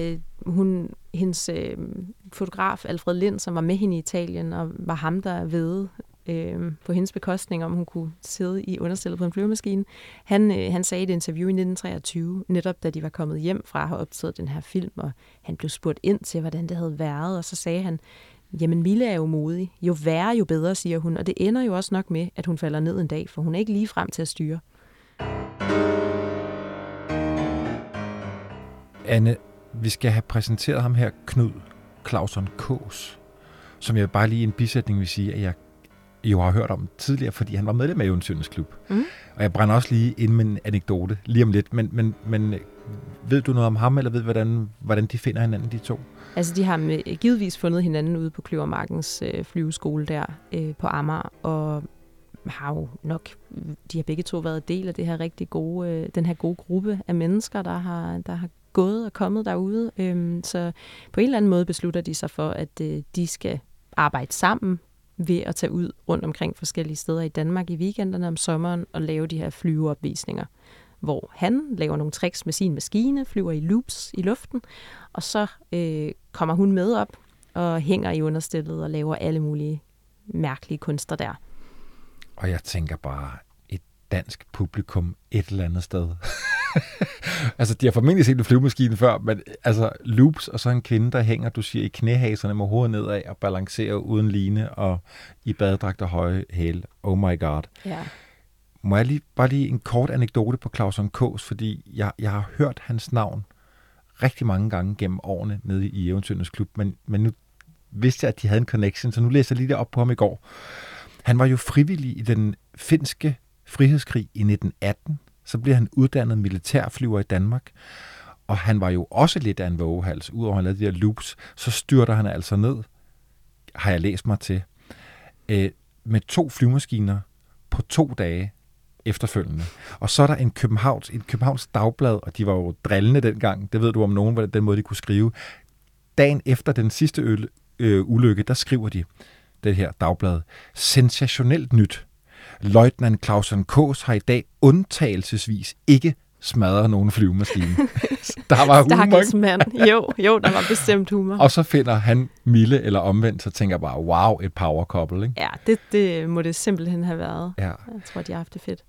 hendes fotograf Alfred Lind, som var med hende i Italien, og var ham, der ved på hendes bekostning, om hun kunne sidde i understillet på en flyvemaskine. Han sagde i et interview i 1923, netop da de var kommet hjem fra at have optaget den her film, og han blev spurgt ind til, hvordan det havde været, og så sagde han, jamen Mille er jo modig. Jo værre, jo bedre, siger hun, og det ender jo også nok med, at hun falder ned en dag, for hun er ikke lige frem til at styre. Anne, vi skal have præsenteret ham her, Knud Clauson Kaas, som jeg bare lige i en bisætning vil sige, at jeg jo har hørt om tidligere, fordi han var medlem af Eventyrernes Klub. Mm. Og jeg brænder også lige ind med en anekdote lige om lidt, men ved du noget om ham, eller ved hvordan de finder hinanden, de to? Altså, de har givetvis fundet hinanden ude på Kløvermarkens flyveskole der på Amager, og har jo nok, de har begge to været del af det her rigtig gode, den her gode gruppe af mennesker, der har gået og kommet derude. Så på en eller anden måde beslutter de sig for, at de skal arbejde sammen ved at tage ud rundt omkring forskellige steder i Danmark i weekenderne om sommeren og lave de her flyveopvisninger, hvor han laver nogle tricks med sin maskine, flyver i loops i luften, og så kommer hun med op og hænger i understillet og laver alle mulige mærkelige kunster der. Og jeg tænker bare, et dansk publikum et eller andet sted. Altså, de har formentlig set en flyvemaskine før, men altså loops og så en kvinde, der hænger, du siger, i knæhaserne med hovedet nedad og balancerer uden line og i badedragt og høje hæle. Oh my god. Ja. Må jeg bare lige en kort anekdote på Clauson Kaas, fordi jeg har hørt hans navn rigtig mange gange gennem årene nede i Eventyrernes Klub, men nu vidste jeg, at de havde en connection, så nu læser jeg lige det op på ham i går. Han var jo frivillig i den finske frihedskrig i 1918, så bliver han uddannet militærflyver i Danmark, og han var jo også lidt af en vågehals. Udover at han lavede de her loops, så styrter han altså ned, har jeg læst mig til, med 2 flyvemaskiner på 2 dage efterfølgende. Og så er der et Københavns Dagblad, og de var jo drillende dengang, det ved du om nogen, den måde de kunne skrive. Dagen efter den sidste ulykke, der skriver de det her dagblad, sensationelt nyt. Løjtnant Clauson Kaas har i dag undtagelsesvis ikke smadret nogen flyvemaskine. Der var humor. Stakkels mand. Jo, der var bestemt humor. Og så finder han Mille eller omvendt, så tænker jeg bare, wow, et power couple, ikke? Ja, det må det simpelthen have været. Ja. Jeg tror, de har haft det fedt.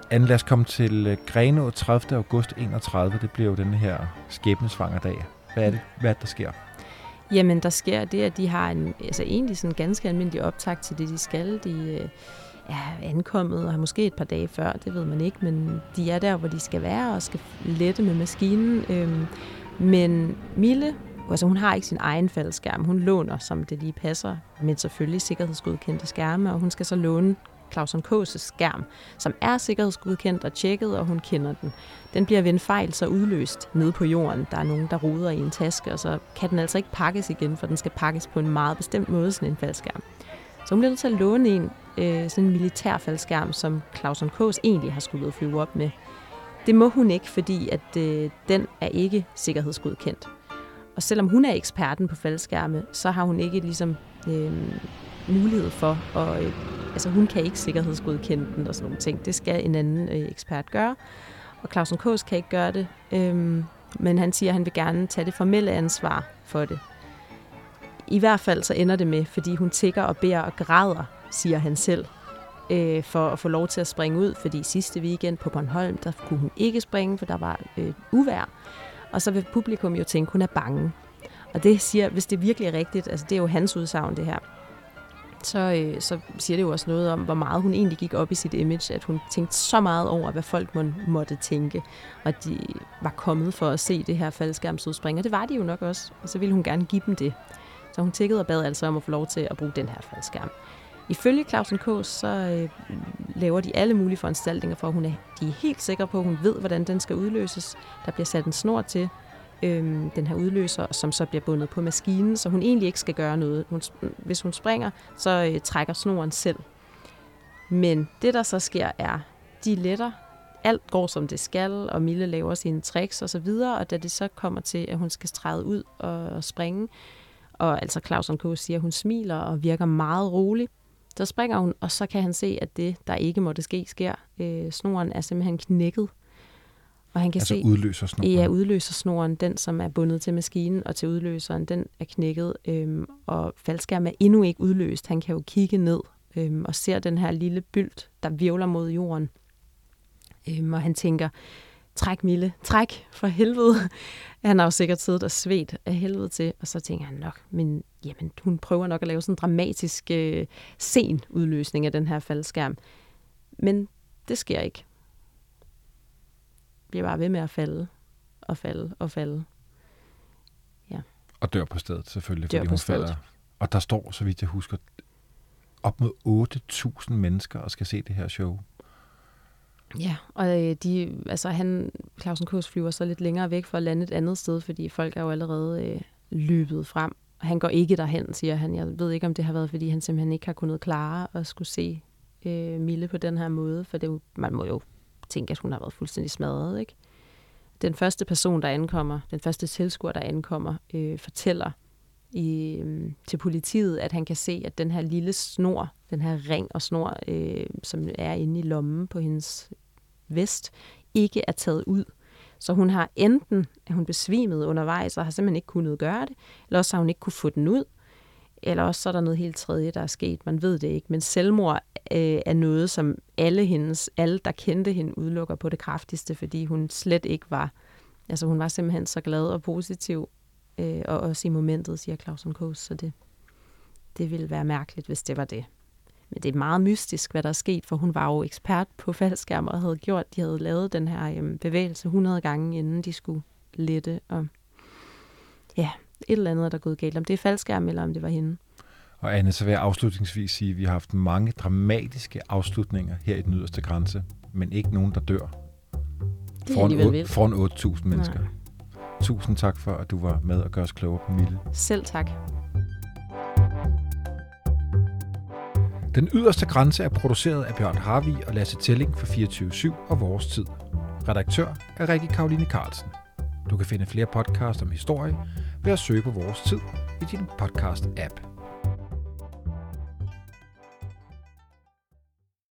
Anne, lad os komme til Grenaa 30. august 31. Det bliver jo den her skæbnesvanger dag. Hvad er det, der sker? Jamen, der sker det, at de har egentlig sådan en ganske almindelig optakt til det, de skal. De er ankommet og har måske et par dage før, det ved man ikke, men de er der, hvor de skal være og skal lette med maskinen. Men Mille, altså hun har ikke sin egen faldskærm. Hun låner, som det lige passer, men selvfølgelig sikkerhedsgodkendte skærme, og hun skal så låne Claus K's skærm, som er sikkerhedsgodkendt og tjekket, og hun kender den. Den bliver ved en fejl så udløst nede på jorden. Der er nogen, der roder i en taske, og så kan den altså ikke pakkes igen, for den skal pakkes på en meget bestemt måde, sådan en faldskærm. Så hun bliver nødt til at låne sådan en militær faldskærm, som Claus K's egentlig har skulle flyve op med. Det må hun ikke, fordi at den er ikke sikkerhedsgodkendt. Og selvom hun er eksperten på faldskærme, så har hun ikke ligesom mulighed for, altså hun kan ikke sikkerhedsgodkende den og sådan nogle ting. Det skal en anden ekspert gøre, og Claus K's kan ikke gøre det, men han siger, at han vil gerne tage det formelle ansvar for det. I hvert fald så ender det med, fordi hun tigger og beder og græder, siger han selv, for at få lov til at springe ud, fordi sidste weekend på Bornholm, der kunne hun ikke springe, for der var uvejr. Og så vil publikum jo tænke, hun er bange. Og det siger, hvis det virkelig er rigtigt, altså det er jo hans udsagn det her, så siger det jo også noget om, hvor meget hun egentlig gik op i sit image, at hun tænkte så meget over, hvad folk måtte tænke, og at de var kommet for at se det her faldskærmsudspring, og det var de jo nok også, og så ville hun gerne give dem det. Så hun tiggede og bad altså om at få lov til at bruge den her faldskærm. Ifølge Claus K's, så laver de alle mulige foranstaltninger for, at de er helt sikre på, at hun ved, hvordan den skal udløses. Der bliver sat en snor til den her udløser, som så bliver bundet på maskinen, så hun egentlig ikke skal gøre noget. Hvis hun springer, så trækker snoren selv. Men det, der så sker, er, de letter. Alt går, som det skal, og Mille laver sine tricks og så videre, og da det så kommer til, at hun skal træde ud og springe, og altså Claus K. siger, at hun smiler og virker meget rolig, så springer hun, og så kan han se, at det, der ikke måtte ske, sker. Snoren er simpelthen knækket. Og han kan altså se, udløser snoren? Ja, udløser snoren, den som er bundet til maskinen og til udløseren, den er knækket, og faldskærmen er endnu ikke udløst. Han kan jo kigge ned og ser den her lille bylt, der hvirvler mod jorden. Og han tænker, træk Mille, træk for helvede. Han har jo sikkert siddet og svedt af helvede til, og så tænker han nok, men jamen, hun prøver nok at lave sådan en dramatisk sen udløsning af den her faldskærm. Men det sker ikke. Bliver bare ved med at falde og falde og falde. Ja. Og dør på stedet selvfølgelig, dør fordi hun falder. Og der står, så vidt jeg husker, op mod 8.000 mennesker og skal se det her show. Ja, og Claus K's flyver så lidt længere væk for at lande et andet sted, fordi folk er jo allerede løbet frem. Han går ikke derhen, siger han. Jeg ved ikke, om det har været, fordi han simpelthen ikke har kunnet klare at skulle se Mille på den her måde, for det, man må jo tænke, at hun har været fuldstændig smadret, ikke? Den første person, der ankommer, den første tilskuer, der ankommer, fortæller til politiet, at han kan se, at den her lille snor, den her ring og snor, som er inde i lommen på hendes vest, ikke er taget ud. Så hun har enten, at hun besvimet undervejs, og har simpelthen ikke kunnet gøre det, eller også har hun ikke kunne få den ud, eller også så er der noget helt tredje, der er sket. Man ved det ikke, men selvmord er noget, som alle, der kendte hende, udelukker på det kraftigste, fordi hun slet ikke var, altså hun var simpelthen så glad og positiv, og også i momentet, siger Claus K., så det ville være mærkeligt, hvis det var det. Men det er meget mystisk, hvad der er sket, for hun var jo ekspert på faldskærm og de havde lavet den her bevægelse 100 gange, inden de skulle lette, og ja, et eller andet er der gået galt. Om det er faldskærm, eller om det var hende. Og Anne, så vil jeg afslutningsvis sige, at vi har haft mange dramatiske afslutninger her i den yderste grænse, men ikke nogen, der dør. Foran 8.000 mennesker. Nej. Tusind tak for, at du var med og gør os klogere på Mille. Selv tak. Den yderste grænse er produceret af Bjørn Harvig og Lasse Telling for 24/7 og Vores Tid. Redaktør er Rikke Karoline Carlsen. Du kan finde flere podcasts om historie ved at søge på Vores Tid i din podcast-app.